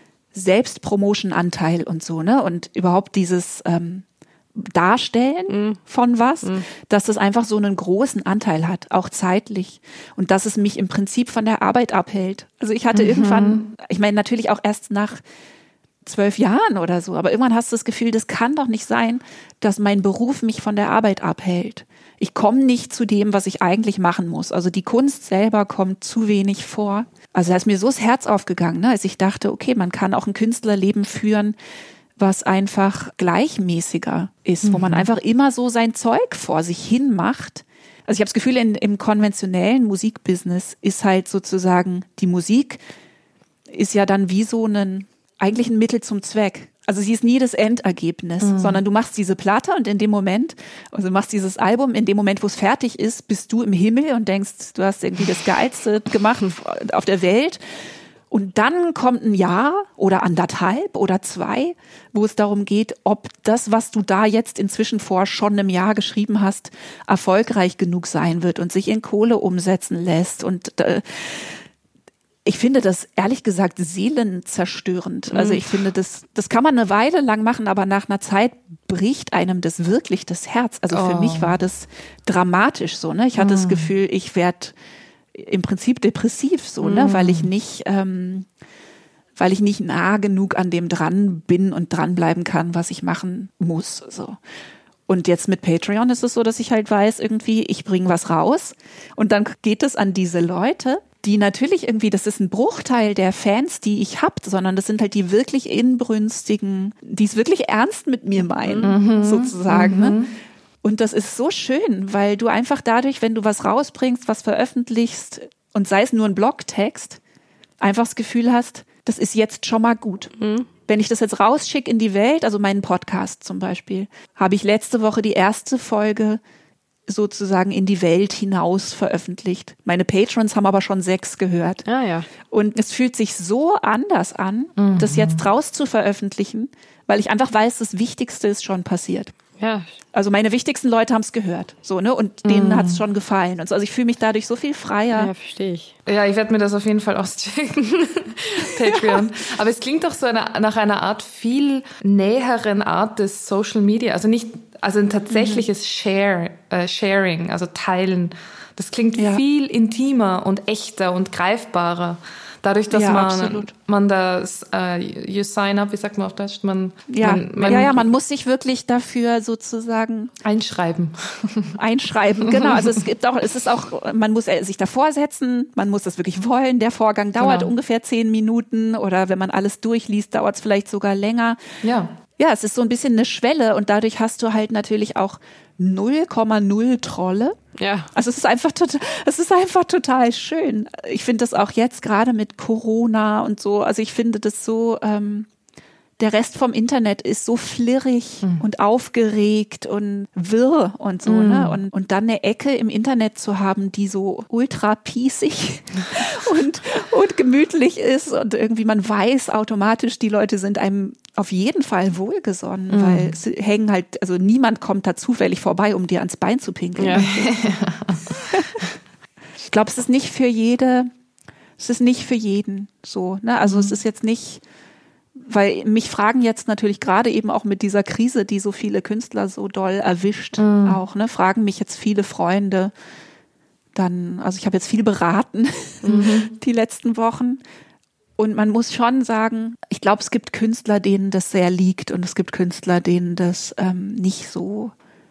Selbstpromotion-Anteil und so, ne? Und überhaupt dieses ähm, Darstellen mm. von was, mm. dass das einfach so einen großen Anteil hat, auch zeitlich. Und dass es mich im Prinzip von der Arbeit abhält. Also ich hatte mhm. irgendwann, ich meine natürlich auch erst nach zwölf Jahren oder so, aber irgendwann hast du das Gefühl, das kann doch nicht sein, dass mein Beruf mich von der Arbeit abhält. Ich komme nicht zu dem, was ich eigentlich machen muss. Also die Kunst selber kommt zu wenig vor. Also da ist mir so das Herz aufgegangen, ne, als ich dachte, okay, man kann auch ein Künstlerleben führen, was einfach gleichmäßiger ist, mhm. wo man einfach immer so sein Zeug vor sich hin macht. Also ich habe das Gefühl, in, im konventionellen Musikbusiness ist halt sozusagen die Musik ist ja dann wie so ein, eigentlich ein Mittel zum Zweck. Also sie ist nie das Endergebnis, mhm. sondern du machst diese Platte und in dem Moment, also du machst dieses Album, in dem Moment, wo es fertig ist, bist du im Himmel und denkst, du hast irgendwie das Geilste gemacht auf der Welt. Und dann kommt ein Jahr oder anderthalb oder zwei, wo es darum geht, ob das, was du da jetzt inzwischen vor schon einem Jahr geschrieben hast, erfolgreich genug sein wird und sich in Kohle umsetzen lässt. Und äh, ich finde das ehrlich gesagt seelenzerstörend. Also ich finde, das, das kann man eine Weile lang machen, aber nach einer Zeit bricht einem das wirklich das Herz. Also für oh. mich war das dramatisch so, ne? Ich hatte mm. das Gefühl, ich werde im Prinzip depressiv so, mm. ne? Weil ich nicht, ähm, weil ich nicht nah genug an dem dran bin und dranbleiben kann, was ich machen muss. So. Und jetzt mit Patreon ist es so, dass ich halt weiß, irgendwie, ich bringe was raus und dann geht es an diese Leute, die natürlich irgendwie, das ist ein Bruchteil der Fans, die ich habe, sondern das sind halt die wirklich inbrünstigen, die es wirklich ernst mit mir meinen, mhm. sozusagen. Mhm. Ne? Und das ist so schön, weil du einfach dadurch, wenn du was rausbringst, was veröffentlichst und sei es nur ein Blogtext, einfach das Gefühl hast, das ist jetzt schon mal gut. Mhm. Wenn ich das jetzt rausschicke in die Welt, also meinen Podcast zum Beispiel, habe ich letzte Woche die erste Folge sozusagen in die Welt hinaus veröffentlicht. Meine Patrons haben aber schon sechs gehört. Ah, ja. Und es fühlt sich so anders an, mhm. das jetzt raus zu veröffentlichen, weil ich einfach weiß, das Wichtigste ist schon passiert. Ja. Also meine wichtigsten Leute haben es gehört, so, ne? Und denen mm. hat es schon gefallen. Und so. Also ich fühle mich dadurch so viel freier. Ja, verstehe ich. Ja, ich werde mir das auf jeden Fall auschecken. Patreon. Aber es klingt doch so eine, nach einer Art viel näheren Art des Social Media. Also nicht, also ein tatsächliches mhm. Share, äh, Sharing, also Teilen. Das klingt ja. viel intimer und echter und greifbarer. Dadurch, dass ja, man, man das, uh, you sign up, wie sagt man auf Deutsch? Man, ja. Man, man, ja, ja, man muss sich wirklich dafür sozusagen einschreiben. Einschreiben, genau. Also es gibt auch, es ist auch, man muss sich davor setzen, man muss das wirklich wollen. Der Vorgang dauert genau. ungefähr zehn Minuten oder wenn man alles durchliest, dauert es vielleicht sogar länger. Ja. Ja, es ist so ein bisschen eine Schwelle und dadurch hast du halt natürlich auch null Komma null Trolle. Ja. Also es ist einfach total, es ist einfach total schön. Ich finde das auch jetzt gerade mit Corona und so, also ich finde das so, ähm, der Rest vom Internet ist so flirrig mhm. und aufgeregt und wirr und so, mhm. ne? Und, und dann eine Ecke im Internet zu haben, die so ultra piesig und, und gemütlich ist und irgendwie man weiß automatisch, die Leute sind einem auf jeden Fall wohlgesonnen, mhm. weil es hängen halt, also niemand kommt da zufällig vorbei, um dir ans Bein zu pinkeln. Ja. Ich glaube, es ist nicht für jede, es ist nicht für jeden so, ne? Also mhm. es ist jetzt nicht, weil mich fragen jetzt natürlich gerade eben auch mit dieser Krise, die so viele Künstler so doll erwischt, mhm. auch, ne, fragen mich jetzt viele Freunde dann, also ich habe jetzt viel beraten mhm. die letzten Wochen und man muss schon sagen, ich glaube, es gibt Künstler, denen das sehr liegt und es gibt Künstler, denen das ähm, nicht so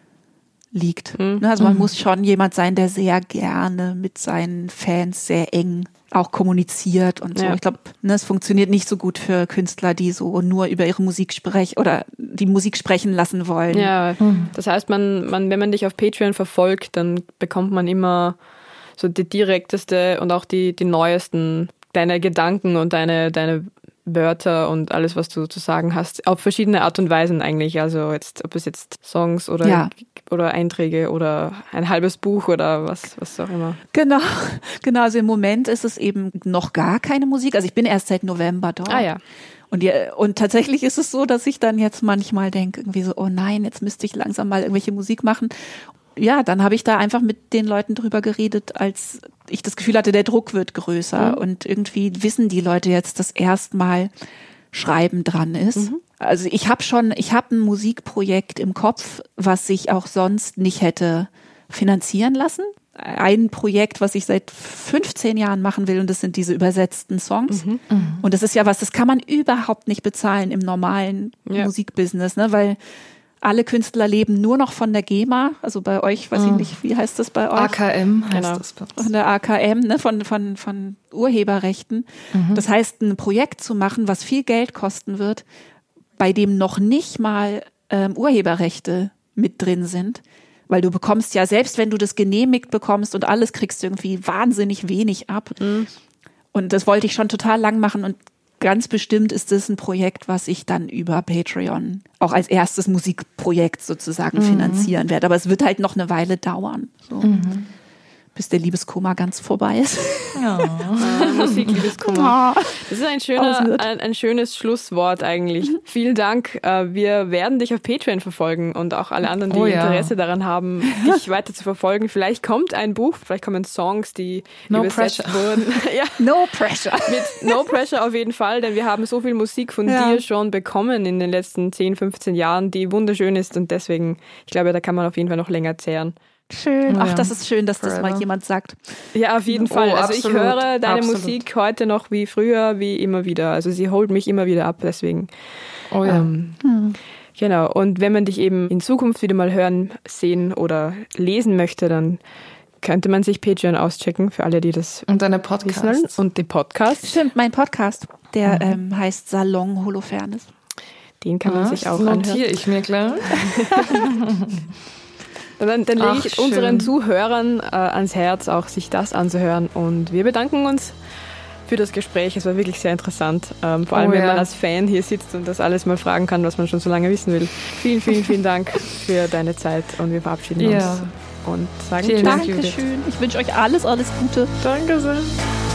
liegt. Mhm. Also man mhm. muss schon jemand sein, der sehr gerne mit seinen Fans sehr eng auch kommuniziert und so. Ja. Ich glaube, ne, es funktioniert nicht so gut für Künstler, die so nur über ihre Musik sprechen oder die Musik sprechen lassen wollen. Ja, mhm. das heißt, man, man, wenn man dich auf Patreon verfolgt, dann bekommt man immer so die direkteste und auch die, die neuesten, deine Gedanken und deine, deine Wörter und alles, was du zu sagen hast, auf verschiedene Art und Weisen eigentlich. Also jetzt, ob es jetzt Songs oder, ja. oder Einträge oder ein halbes Buch oder was, was auch immer. Genau, genau. Also im Moment ist es eben noch gar keine Musik. Also ich bin erst seit November dort. Ah ja. Und, ja, und tatsächlich ist es so, dass ich dann jetzt manchmal denke, irgendwie so, oh nein, jetzt müsste ich langsam mal irgendwelche Musik machen. Ja, dann habe ich da einfach mit den Leuten drüber geredet, als ich das Gefühl hatte, der Druck wird größer. Mhm. Und irgendwie wissen die Leute jetzt, dass erstmal Schreiben dran ist. Mhm. Also ich habe schon, ich habe ein Musikprojekt im Kopf, was ich auch sonst nicht hätte finanzieren lassen. Ein Projekt, was ich seit fünfzehn Jahren machen will, und das sind diese übersetzten Songs. Mhm. Mhm. Und das ist ja was, das kann man überhaupt nicht bezahlen im normalen ja. Musikbusiness, ne? Weil alle Künstler leben nur noch von der GEMA, also bei euch, weiß mhm. ich nicht, wie heißt das bei euch? A K M heißt genau. das bei uns. Von der A K M, ne, von, von, von Urheberrechten. Mhm. Das heißt, ein Projekt zu machen, was viel Geld kosten wird, bei dem noch nicht mal ähm, Urheberrechte mit drin sind, weil du bekommst ja, selbst wenn du das genehmigt bekommst und alles, kriegst du irgendwie wahnsinnig wenig ab. Mhm. Und das wollte ich schon total lang machen und ganz bestimmt ist es ein Projekt, was ich dann über Patreon auch als erstes Musikprojekt sozusagen mhm. finanzieren werde. Aber es wird halt noch eine Weile dauern, so. Mhm. bis der Liebeskummer ganz vorbei ist. Ja. äh, Musik-Liebeskummer. Das ist ein, schöner, ein, ein schönes Schlusswort eigentlich. Mhm. Vielen Dank. Wir werden dich auf Patreon verfolgen und auch alle anderen, die oh, ja. Interesse daran haben, dich weiter zu verfolgen. Vielleicht kommt ein Buch, vielleicht kommen Songs, die no übersetzt pressure. wurden. Ja. No pressure. Mit No Pressure auf jeden Fall, denn wir haben so viel Musik von ja. dir schon bekommen in den letzten zehn, fünfzehn Jahren, die wunderschön ist und deswegen, ich glaube, da kann man auf jeden Fall noch länger zehren. Schön. Ach, das ist schön, dass das mal jemand sagt. Ja, auf jeden Fall. Oh, also absolut, ich höre deine absolut. Musik heute noch wie früher, wie immer wieder. Also sie holt mich immer wieder ab, deswegen. Oh ja. Ähm, hm. Genau. Und wenn man dich eben in Zukunft wieder mal hören, sehen oder lesen möchte, dann könnte man sich Patreon auschecken für alle, die das und deine Podcasts. Und den Podcast. Stimmt, mein Podcast, der mhm. ähm, heißt Salon Holofernes. Den kann man ah, sich auch das anhören. notiere ich mir, klar. Dann, dann lege Ach, ich schön. unseren Zuhörern äh, ans Herz, auch sich das anzuhören. Und wir bedanken uns für das Gespräch. Es war wirklich sehr interessant. Ähm, vor allem, oh, wenn ja. man als Fan hier sitzt und das alles mal fragen kann, was man schon so lange wissen will. Vielen, vielen, vielen Dank für deine Zeit und wir verabschieden ja. uns und sagen Vielen Tschüss. Dankeschön. Ich wünsche euch alles, alles Gute. Danke sehr.